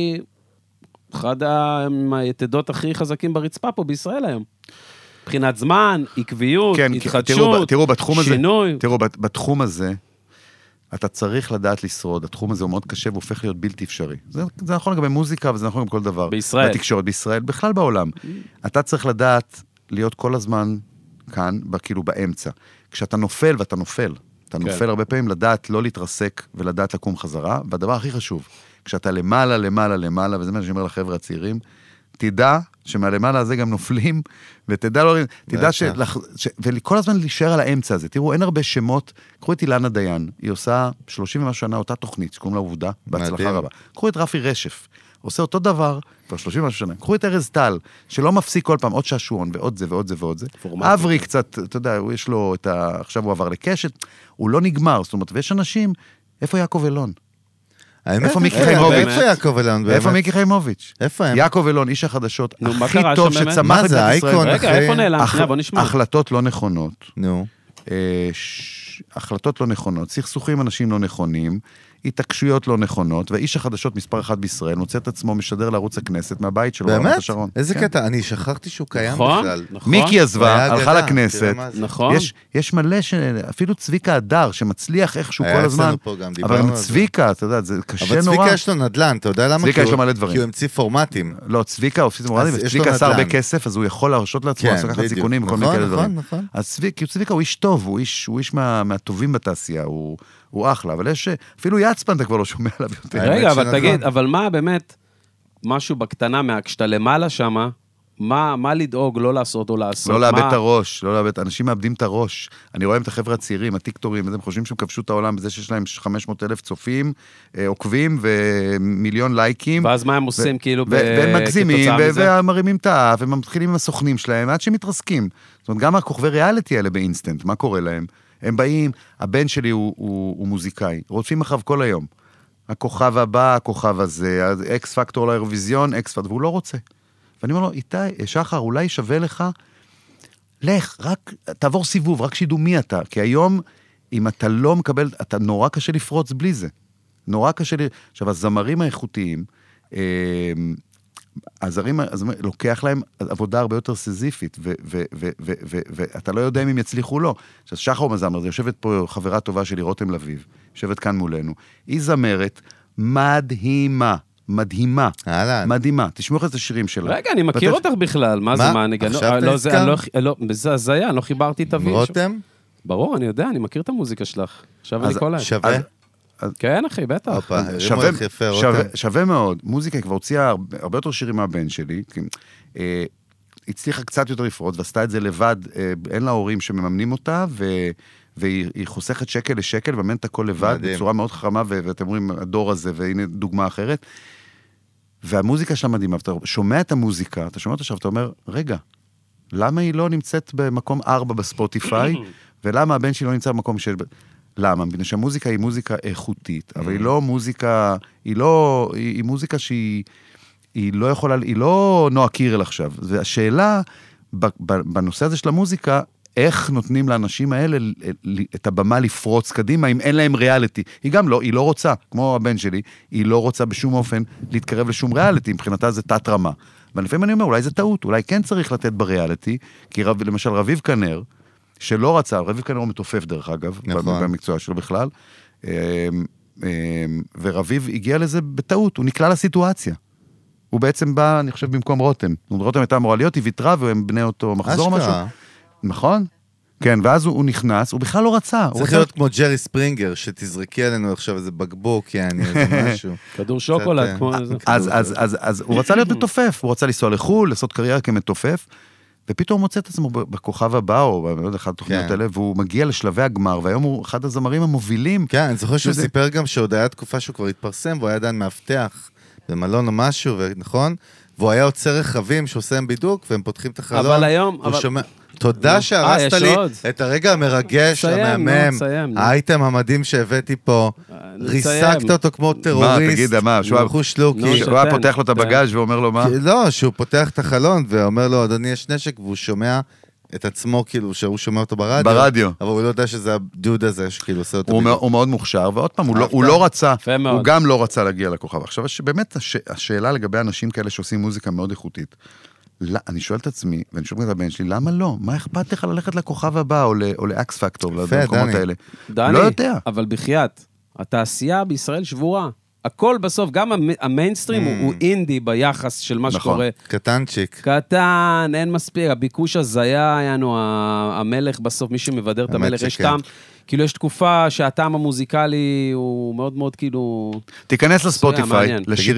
אחד היתדות הכי חזקים ברצפה פה בישראל היום. מבחינת זמן, עקביות, כן, התחדשות, תראו, בתחום שינוי. הזה, תראו, בתחום הזה, אתה צריך לדעת לשרוד, התחום הזה הוא מאוד קשה והופך להיות בלתי אפשרי. זה, זה נכון לגבי מוזיקה, וזה נכון גם כל דבר. בישראל. בתקשורת, בישראל, בכלל בעולם. אתה צריך לדעת להיות כל הזמן כאן, כאילו באמצע. כשאתה נופל, ואתה נופל, אתה נופל הרבה פעמים לדעת לא להתרסק ולדעת לקום חזרה, והדבר הכי חשוב, כשאתה למעלה, למעלה, למעלה, וזה מה שאני אומר לחבר'ה הצעירים, תדע שמהלמעלה הזה גם נופלים, ותדע לא... תדע ש... וכל הזמן להישאר על האמצע הזה. תראו, אין הרבה שמות. קחו את אילנה דיין, היא עושה שלושים ומשהו שנה אותה תוכנית, שקוראים לה עובדה, בהצלחה רבה. קחו את רפי רשף, עושה אותו דבר, כבר שלושים ומשהו שנה. קחו את ארז טל, שלא מפסיק כל פעם עוד שעשועון, ועוד זה ועוד זה ועוד זה. אברי קצת, אתה יודע, יש לו את ה... עכשיו הוא עבר לקשת, הוא לא נגמר, זאת אומרת, ויש אנשים, איפה יעקב אלון? איפה מיקי חיימוביץ'? איפה יעקב אלון באמת? איפה מיקי חיימוביץ'? איפה הם? יעקב אלון, איש החדשות הכי טוב שצמח את ישראל. רגע, איפה נעלם? שנייה, בוא נשמע. החלטות לא נכונות. נו. החלטות לא נכונות, סכסוכים אנשים לא נכונים, התעקשויות לא נכונות, ואיש החדשות מספר אחד בישראל מוצא את עצמו משדר לערוץ הכנסת מהבית שלו. באמת? איזה קטע? אני שכחתי שהוא קיים בכלל. מיקי עזבה, הלכה לכנסת. נכון. יש מלא, אפילו צביקה הדר, שמצליח איכשהו כל הזמן. אבל עם צביקה, אתה יודע, זה קשה נורא. אבל צביקה יש לו נדל"ן, אתה יודע למה? צביקה יש לו מלא דברים. כי הוא המציא פורמטים. לא, צביקה הוא פיזי מורדים, וצביקה עשה הרבה כסף, אז הוא יכול להרשות לעצמו, לעשות ככה סיכונים וכל מיני כאלה דברים. אז צביקה הוא איש טוב, הוא איש מהטובים בתעשייה, הוא אחלה, אבל יש, אפילו יצפן אתה כבר לא שומע עליו יותר. רגע, אבל תגיד, אבל מה באמת, משהו בקטנה, כשאתה למעלה שמה, מה לדאוג, לא לעשות או לעשות? לא לאבד את הראש, לא לאבד, אנשים מאבדים את הראש. אני רואה את החבר'ה הצעירים, הטיקטורים, הם חושבים שהם כבשו את העולם בזה שיש להם חמש מאות אלף צופים, עוקבים ומיליון לייקים. ואז מה הם עושים כאילו והם מגזימים, ומרימים את האף, והם מתחילים עם הסוכנים שלהם, עד שהם מתרסקים. זאת אומרת, גם הכוכבי ריאליטי האלה באינסטנט, מה קורה להם? הם באים, הבן שלי הוא, הוא, הוא מוזיקאי, רודפים אחריו כל היום. הכוכב הבא, הכוכב הזה, אקס פקטור לאירוויזיון, אקס פקטור, והוא לא רוצה. ואני אומר לו, איתי, שחר, אולי שווה לך, לך, רק, תעבור סיבוב, רק שידעו מי אתה, כי היום, אם אתה לא מקבל, אתה נורא קשה לפרוץ בלי זה. נורא קשה, עכשיו, הזמרים האיכותיים, הזרים, לוקח להם עבודה הרבה יותר סזיפית, ואתה לא יודע אם הם יצליחו או לא. עכשיו, שחר מזמר, זה יושבת פה חברה טובה שלי, רותם לביב, יושבת כאן מולנו, היא זמרת מדהימה, מדהימה, מדהימה. תשמעו איך את השירים שלה. רגע, אני מכיר אותך בכלל, מה זה, מה אני גנוב? עכשיו אתה הזכר? זה הזיה, אני לא חיברתי את אביב. רותם? ברור, אני יודע, אני מכיר את המוזיקה שלך. עכשיו אני קולט. שווה? כן, אחי, בטח. שווה מאוד. מוזיקה כבר הוציאה הרבה יותר שירים מהבן שלי, הצליחה קצת יותר לפרוט, ועשתה את זה לבד, אין לה הורים שמממנים אותה, והיא חוסכת שקל לשקל, וממנת הכל לבד, בצורה מאוד חכמה, ואתם אומרים, הדור הזה, והנה דוגמה אחרת. והמוזיקה שלה מדהימה, אתה שומע את המוזיקה, אתה שומע אותה עכשיו, אתה אומר, רגע, למה היא לא נמצאת במקום ארבע בספוטיפיי, ולמה הבן שלי לא נמצא במקום של... למה? מפני שהמוזיקה היא מוזיקה איכותית, אבל היא לא מוזיקה, היא לא, היא, היא מוזיקה שהיא, היא לא יכולה, היא לא נועה קירל עכשיו. והשאלה, בנושא הזה של המוזיקה, איך נותנים לאנשים האלה את הבמה לפרוץ קדימה, אם אין להם ריאליטי. היא גם לא, היא לא רוצה, כמו הבן שלי, היא לא רוצה בשום אופן להתקרב לשום ריאליטי, מבחינתה זה תת רמה. ולפעמים אני אומר, אולי זה טעות, אולי כן צריך לתת בריאליטי, כי רב, למשל רביב כנר, שלא רצה, רביב כנר הוא מתופף דרך אגב, נכון. במקצוע שלו בכלל, ורביב הגיע לזה בטעות, הוא נקלע לסיטואציה. הוא בעצם בא, אני חושב, במקום רותם. רותם הייתה אמורה להיות, היא ויתרה, והם בני אותו מחזור משהו. נכון? כן, ואז הוא, הוא נכנס, הוא בכלל לא רצה. צריך להיות כמו ג'רי ספרינגר, שתזרקי עלינו עכשיו איזה בקבוק, יעני, איזה משהו. כדור שוקולד, כמו איזה... אז, אז, אז, אז הוא רצה להיות מתופף, הוא רצה לנסוע לחול, לעשות קריירה כמתופף, ופתאום הוא מוצא את עצמו בכוכב הבא, או באחד התוכניות האלה, והוא מגיע לשלבי הגמר, והיום הוא אחד הזמרים המובילים. כן, אני זוכר שהוא סיפר גם שעוד היה תקופה שהוא כבר התפרסם, והוא היה עדיין מאבטח במלון או משהו, נכון? והוא היה עוצר רכבים שעושה הם בידוק, והם פותחים את החלון. אבל היום... תודה שהרסת לי את הרגע המרגש, המהמם, האייטם המדהים שהבאתי פה, ריסקת אותו כמו טרוריסט. מה, תגיד, מה, שהוא היה פותח לו את הבגאז' ואומר לו מה? לא, שהוא פותח את החלון ואומר לו, אדוני, יש נשק, והוא שומע את עצמו, כאילו, שהוא שומע אותו ברדיו. ברדיו. אבל הוא לא יודע שזה הדוד הזה, שכאילו עושה אותו. הוא מאוד מוכשר, ועוד פעם, הוא לא רצה, הוא גם לא רצה להגיע לכוכב. עכשיו, באמת, השאלה לגבי אנשים כאלה שעושים מוזיקה מאוד איכותית, אני שואל את עצמי, ואני שואל את הבן שלי, למה לא? מה אכפת לך ללכת לכוכב הבא, או לאקס פקטור, למקומות האלה? לא יודע. אבל בחייאת, התעשייה בישראל שבורה. הכל בסוף, גם המיינסטרים הוא אינדי ביחס של מה שקורה. קטנצ'יק. קטן, אין מספיק. הביקוש הזיה היה לנו המלך בסוף, מי שמבדר את המלך, יש טעם. כאילו יש תקופה שהטעם המוזיקלי הוא מאוד מאוד כאילו... תיכנס לספוטיפיי,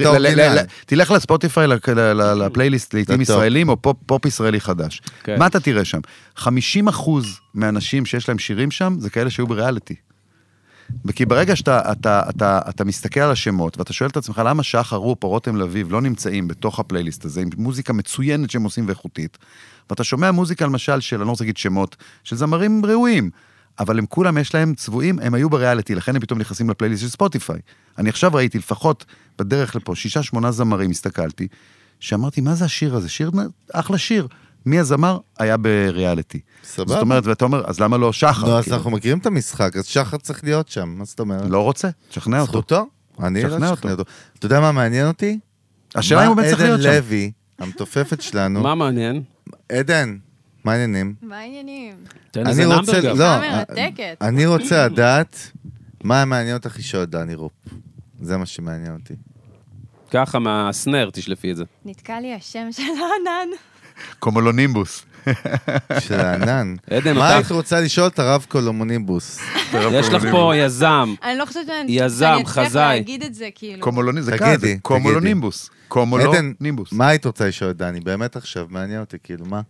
תלך לספוטיפיי, לפלייליסט לעיתים ישראלים, או פופ ישראלי חדש. מה אתה תראה שם? חמישים אחוז מהאנשים שיש להם שירים שם, זה כאלה שהיו בריאליטי. כי ברגע שאתה אתה, אתה, אתה מסתכל על השמות, ואתה שואל את עצמך, למה שחר רופ או רותם לביב לא נמצאים בתוך הפלייליסט הזה, עם מוזיקה מצוינת שהם עושים ואיכותית, ואתה שומע מוזיקה למשל של, אני לא רוצה להגיד שמות, של זמרים ראויים, אבל הם כולם יש להם צבועים, הם היו בריאליטי, לכן הם פתאום נכנסים לפלייליסט של ספוטיפיי. אני עכשיו ראיתי לפחות בדרך לפה, שישה, שמונה זמרים, הסתכלתי, שאמרתי, מה זה השיר הזה? שיר, אחלה שיר. מי הזמר? היה בריאליטי. סבבה. זאת אומרת, ואתה אומר, אז למה לא שחר? לא, אז אנחנו מכירים את המשחק, אז שחר צריך להיות שם, מה זאת אומרת? לא רוצה, תשכנע אותו. זכותו? אני לא תשכנע אותו. אתה יודע מה מעניין אותי? השאלה אם הוא בן צריך להיות שם. עדן לוי, המתופפת שלנו. מה מעניין? עדן, מה העניינים? מה העניינים? אני רוצה, לא, מרתקת. אני רוצה לדעת מה מעניין אותך אישו את דני רופ. זה מה שמעניין אותי. ככה מהסנר, תשלפי את זה. נתקע לי השם של הענן. קומולונימבוס. של הענן. מה היית רוצה לשאול את הרב קולומונימבוס? יש לך פה יזם. אני לא חושבת יזם, חזאי. להגיד את זה, כאילו. קומולונימבוס, זה כזה. קומולונימבוס. קומולונימבוס. מה היית רוצה לשאול את דני? באמת עכשיו, מעניין אותי, כאילו, מה?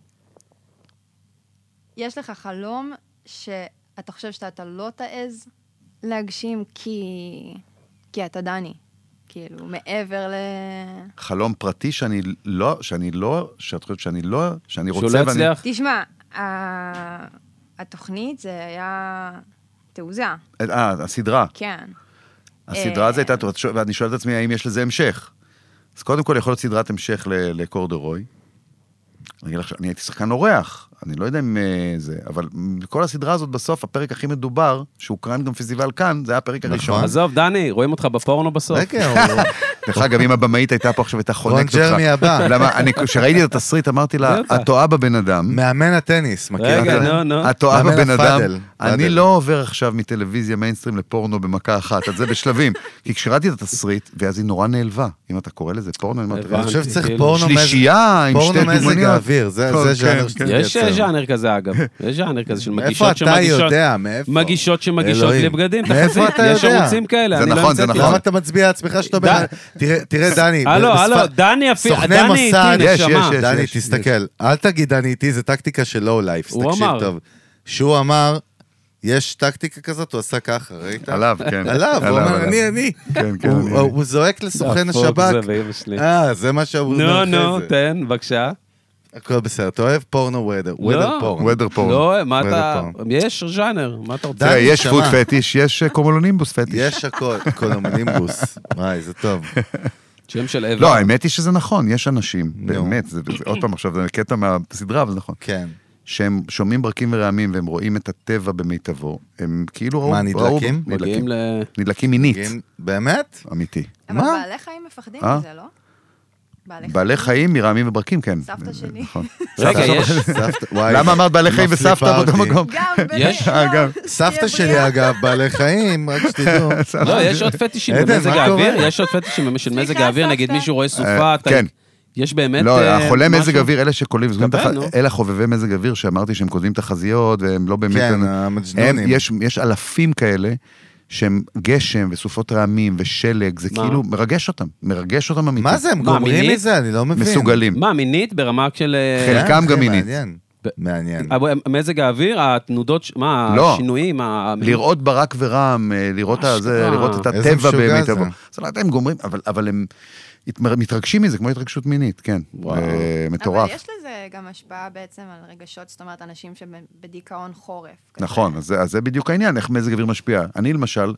יש לך חלום שאתה חושב שאתה לא תעז להגשים כי, כי אתה דני. כאילו, מעבר ל... חלום פרטי שאני לא, שאני לא, שאת חושבת שאני לא, שאני רוצה... שהוא לא הצליח? תשמע, התוכנית זה היה תעוזה. אה, הסדרה. כן. הסדרה הזו הייתה, ואני שואל את עצמי, האם יש לזה המשך? אז קודם כל יכול להיות סדרת המשך לקורדורוי. אני אגיד לך, אני הייתי שחקן אורח, אני לא יודע אם זה, אבל בכל הסדרה הזאת בסוף, הפרק הכי מדובר, שהוקרן גם פסטיבל כאן, זה היה הפרק הראשון. עזוב, דני, רואים אותך בפורנו בסוף. דרך אגב, אם הבמאית הייתה פה עכשיו, הייתה חונקת אותך. רון ג'רמי הבא. למה, כשראיתי את התסריט, אמרתי לה, את טועה בבן אדם. מאמן הטניס, מכיר? רגע, נו, נו. את טועה בבן אדם. אני לא עובר עכשיו מטלוויזיה מיינסטרים לפורנו במכה אחת, את זה בשלבים. כי כשראיתי את התסריט, ואז היא נורא נעלבה. אם אתה קורא לזה פורנו, אני חושב שצריך פורנו שלישייה עם שתי דוגמניות. זה ז'אנר יש ז'אנר כזה, אגב. יש ז'אנר כזה של מגישות שמגישות... מאיפה אתה יודע? מאיפה? מגישות שמגישות לבגדים. מאיפה אתה יודע? יש ערוצים כאלה. זה נכון, זה נכון. למה אתה מצביע עצמך שאתה אומר... תראה, דני. הלו, הלו, דני אפילו... סוכני מוסד. יש, יש, יש. דני, תסתכל. אל תגיד דני איתי, זה טקטיקה של לואו לייף. הוא אמר. שהוא אמר... יש טקטיקה כזאת, הוא עשה ככה, ראית? עליו, כן. עליו, הוא אומר, אני, אני. הוא זועק לסוכן השב"כ. אה, זה מה שאומרים נו, נו, תן, בבקשה. הכל בסדר, אתה אוהב פורנו וודר, וודר פורנו. וודר פורנו. לא, מה אתה... יש ז'אנר, מה אתה רוצה? תראה, יש פוד פטיש, יש קומולונימבוס פטיש. יש הכל, קומולונימבוס. וואי, זה טוב. שם של אבר. לא, האמת היא שזה נכון, יש אנשים, באמת, עוד פעם עכשיו, זה קטע מהסדרה, אבל זה נכון. כן. שהם שומעים ברקים ורעמים, והם רואים את הטבע במיטבו, הם כאילו ראו... מה, נדלקים? מגיעים ל... נדלקים מינית. באמת? אמיתי. אבל מה? בעלי חיים מפחדים מזה, לא? בעלי חיים מרעמים וברקים, כן. סבתא שלי. רגע, יש... למה אמרת בעלי חיים וסבתא באותו מקום? גם, יש? בטח. סבתא שלי, אגב, בעלי חיים, רק שתדעו. לא, יש עוד פטישים במזג האוויר, יש עוד פטישים של מזג האוויר, נגיד מישהו רואה סופה, כן. יש באמת... לא, החולה מזג אוויר, אלה שכותבים, דבר, נו. אלה חובבי מזג אוויר, שאמרתי שהם כותבים תחזיות, והם לא באמת... כן, המג'נונים. יש אלפים כאלה, שהם גשם וסופות רעמים ושלג, זה כאילו מרגש אותם, מרגש אותם אמיתי. מה זה, הם גומרים מזה? אני לא מבין. מסוגלים. מה, מינית ברמה של... חלקם גם מינית. מעניין. מעניין. מזג האוויר, התנודות, מה, השינויים, לראות ברק ורעם, לראות את הטבע במיטבו. זאת אומרת, הם גומרים, אבל הם מתרגשים מזה, כמו התרגשות מינית, כן. מטורף. אבל יש לזה גם השפעה בעצם על רגשות, זאת אומרת, אנשים שבדיכאון חורף. נכון, אז זה בדיוק העניין, איך מזג אוויר משפיע. אני למשל,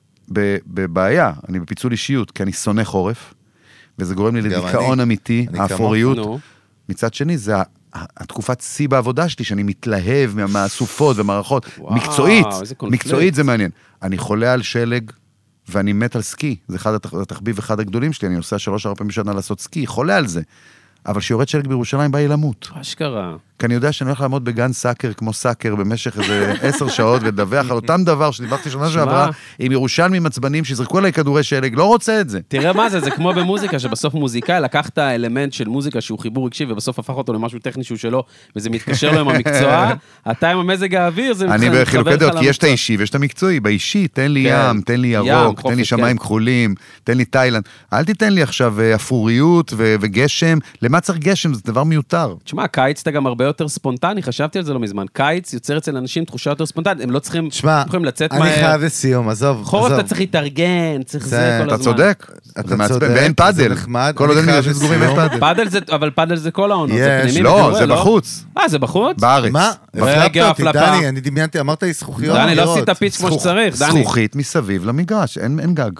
בבעיה, אני בפיצול אישיות, כי אני שונא חורף, וזה גורם לי לדיכאון אמיתי, האפוריות. מצד שני, זה התקופת שיא בעבודה שלי, שאני מתלהב מהסופות ומערכות. מקצועית, מקצועית זה מעניין. אני חולה על שלג, ואני מת על סקי. זה אחד התחביב אחד הגדולים שלי, אני עושה שלוש ארבע פעמים בשנה לעשות סקי, חולה על זה. אבל שיורד שלג בירושלים בא לי למות. אשכרה. כי אני יודע שאני הולך לעמוד בגן סאקר כמו סאקר במשך איזה עשר שעות, ולדווח על אותם דבר שדיברתי שנה שעברה, עם ירושלמים עצבנים שיזרקו עליי כדורי שלג, לא רוצה את זה. תראה מה זה, זה כמו במוזיקה, שבסוף מוזיקאי לקח את האלמנט של מוזיקה שהוא חיבור רגשי, ובסוף הפך אותו למשהו טכני שהוא שלו, וזה מתקשר לו עם המקצוע, אתה עם המזג האוויר, זה אני בחילוקי דעות, כי יש את האישי ויש את המקצועי. באישי, תן לי ים, תן לי ירוק, תן לי שמיים כחולים, תן לי תאילנד. אל תיתן לי עכשיו אפוריות וגשם. למה צריך גשם? זה דבר מיותר. תשמע, קיץ אתה גם הרבה יותר ספונטני, חשבתי על זה לא מזמן. קיץ יוצר אצל אנשים תחושה יותר ספונטנית, הם לא צריכים, תשמע, אני חייב לסיום, עזוב. חורף אתה צריך להתארגן, צריך זה כל הזמן. אתה צודק, אתה מעצבן, ואין פאדל. כל עוד אני חושב שסגורים אין פאדל. פאדל זה, אבל פאדל זה כל העונות. לא, זה בחוץ. אה, זה בחוץ? בארץ. מה? הפלפת אותי, דני, אני דמיינתי, אמרת לי זכוכיות. דני, לא עשית פיץ כמו שצריך, דני. זכוכית מסביב למגרש, אין גג.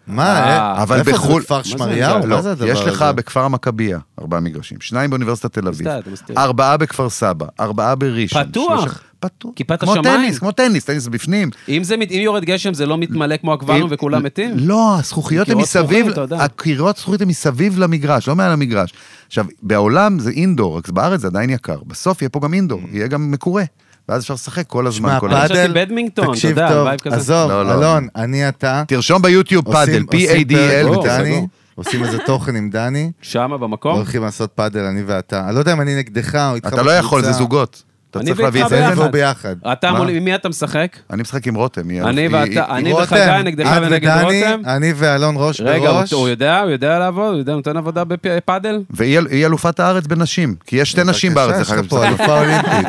מה? אבל בחול... כפר שמריהו? לא, יש לך בכפר המכביה, ארבעה מגרשים, שניים באוניברסיטת תל אביב, ארבעה בכפר סבא, ארבעה בראשון. פתוח. פתוח. כיפת כמו השמיים. טניס, כמו טניס, טניס בפנים. אם זה, אם יורד גשם, זה לא מתמלא כמו אקווריום וכולם מתים? לא, הזכוכיות הן מסביב, הקירות זכוכית הן מסביב למגרש, לא מעל המגרש. עכשיו, בעולם זה אינדור, רק בארץ זה עדיין יקר. בסוף יהיה פה גם אינדור, יהיה גם מקורה. ואז אפשר לשחק כל הזמן. שמע, פאדל, בדמינגטון, תקשיב טוב, עזוב, אלון, אני אתה. תרשום ביוטיוב פאדל, פי איי די אל. עושים איזה תוכן עם דני. שמה במקום? הולכים לעשות פאדל, אני ואתה. אני לא יודע אם אני נגדך או איתך. אתה לא יכול, זה זוגות. אתה צריך להביא את זה. נבוא ביחד. אתה, עם מי אתה משחק? אני משחק עם רותם. אני ואתה, אני וחגי נגדך ונגד רותם. אני ואלון ראש בראש. רגע, הוא יודע, הוא יודע לעבוד, הוא יודע, נותן עבודה בפאדל. והיא אלופת הארץ בנשים, כי יש שתי נשים בארץ. יש לך פה אלופה אולימפית.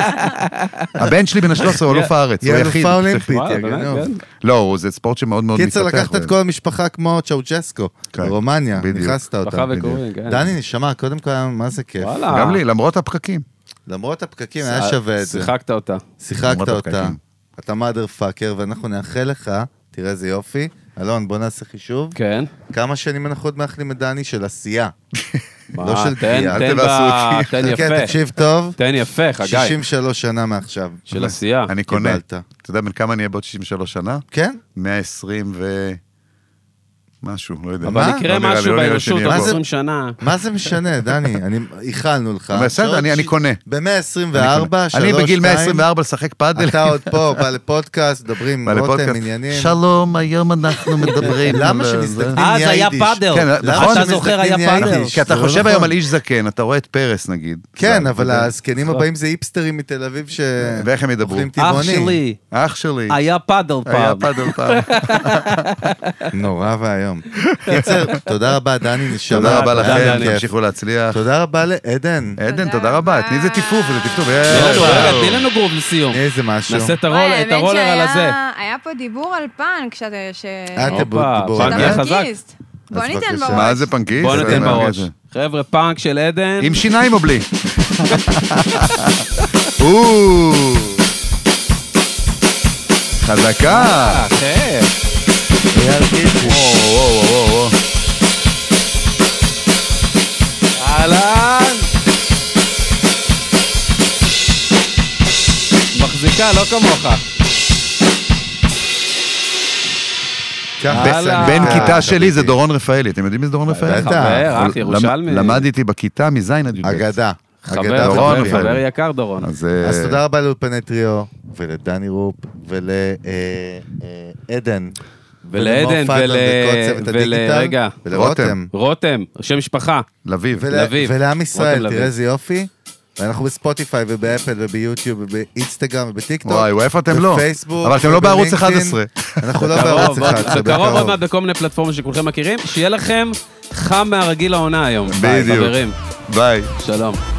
הבן שלי בן ה-שלוש עשרה הוא אלוף הארץ. היא אלופה אולימפית, לא, זה ספורט שמאוד מאוד מתפתח. קיצר, לקחת את כל המשפחה כמו צ'אוצ'סקו, ברומניה, נכנסת אותה. דני, נשמע, קודם כל, מה זה כיף. גם לי, למרות הפקקים. למרות הפקקים, היה שווה את זה. שיחקת אותה. שיחקת אותה. אתה מאדר פאקר, ואנחנו נאחל לך, תראה איזה יופי. אלון, בוא נעשה חישוב. כן. כמה שנים אנחנו עוד מאחלים את דני של עשייה. לא של תן, דגייה. תן בה, תן יפה. כן, תקשיב טוב. תן יפה, חגי. שישים ושלוש שנה מעכשיו. של עשייה. אני קונה. אתה יודע בין כמה אני אהיה בעוד שישים ושלוש שנה? כן? מאה ועשרים ו... משהו, לא יודע. אבל יקרה משהו באנושות עוד עשרים שנה. מה זה משנה, דני? איחלנו לך. בסדר, אני קונה. ב-מאה עשרים וארבע, שלוש, אני בגיל מאה עשרים וארבע לשחק פאדל. אתה עוד פה, בא לפודקאסט, מדברים רותם עניינים. שלום, היום אנחנו מדברים. למה שמסתכלים אז היה פאדל. אתה זוכר היה פאדל. כי אתה חושב היום על איש זקן, אתה רואה את פרס נגיד. כן, אבל הזקנים הבאים זה היפסטרים מתל אביב ש... ואיך הם ידברו? אח שלי. אח שלי. היה פאדל פעם. היה פאדל פעם. נורא והיום. קיצר, תודה רבה, דני, נשאר. תודה רבה לכם, תמשיכו להצליח. תודה רבה לעדן. עדן, תודה רבה. תני איזה טיפוף, איזה טיפוף. תני לנו גרוב לסיום. איזה משהו. נעשה את הרולר על הזה. היה פה דיבור על פאנק, שאתה... אה, דיבור על פאנק יהיה חזק. בוא ניתן בראש. מה זה פנקיסט? בוא ניתן בראש. חבר'ה, פאנק של עדן. עם שיניים או בלי? חזקה. אחר. אהלן. מחזיקה, לא כמוך. בן כיתה שלי זה דורון רפאלי, אתם יודעים מי זה דורון רפאלי? חבר, אח, ירושלמי. למד איתי בכיתה מזין עד י"ב. אגדה. חבר, חבר, חבר יקר דורון. אז תודה רבה לאולפני טריו, ולדני רופ, ולעדן. ולעדן, ולרגע. ולרותם. רותם, שם משפחה. לביב. ולעם ישראל, תראה איזה יופי. ואנחנו בספוטיפיי ובאפל וביוטיוב ובאינסטגרם ובטיקטוק. וואי, איפה אתם לא? בפייסבוק. אבל אתם לא בערוץ אחד עשרה. אנחנו לא בערוץ אחד. בקרוב עוד מעט בכל מיני פלטפורמות שכולכם מכירים. שיהיה לכם חם מהרגיל העונה היום. בדיוק. חברים. ביי. שלום.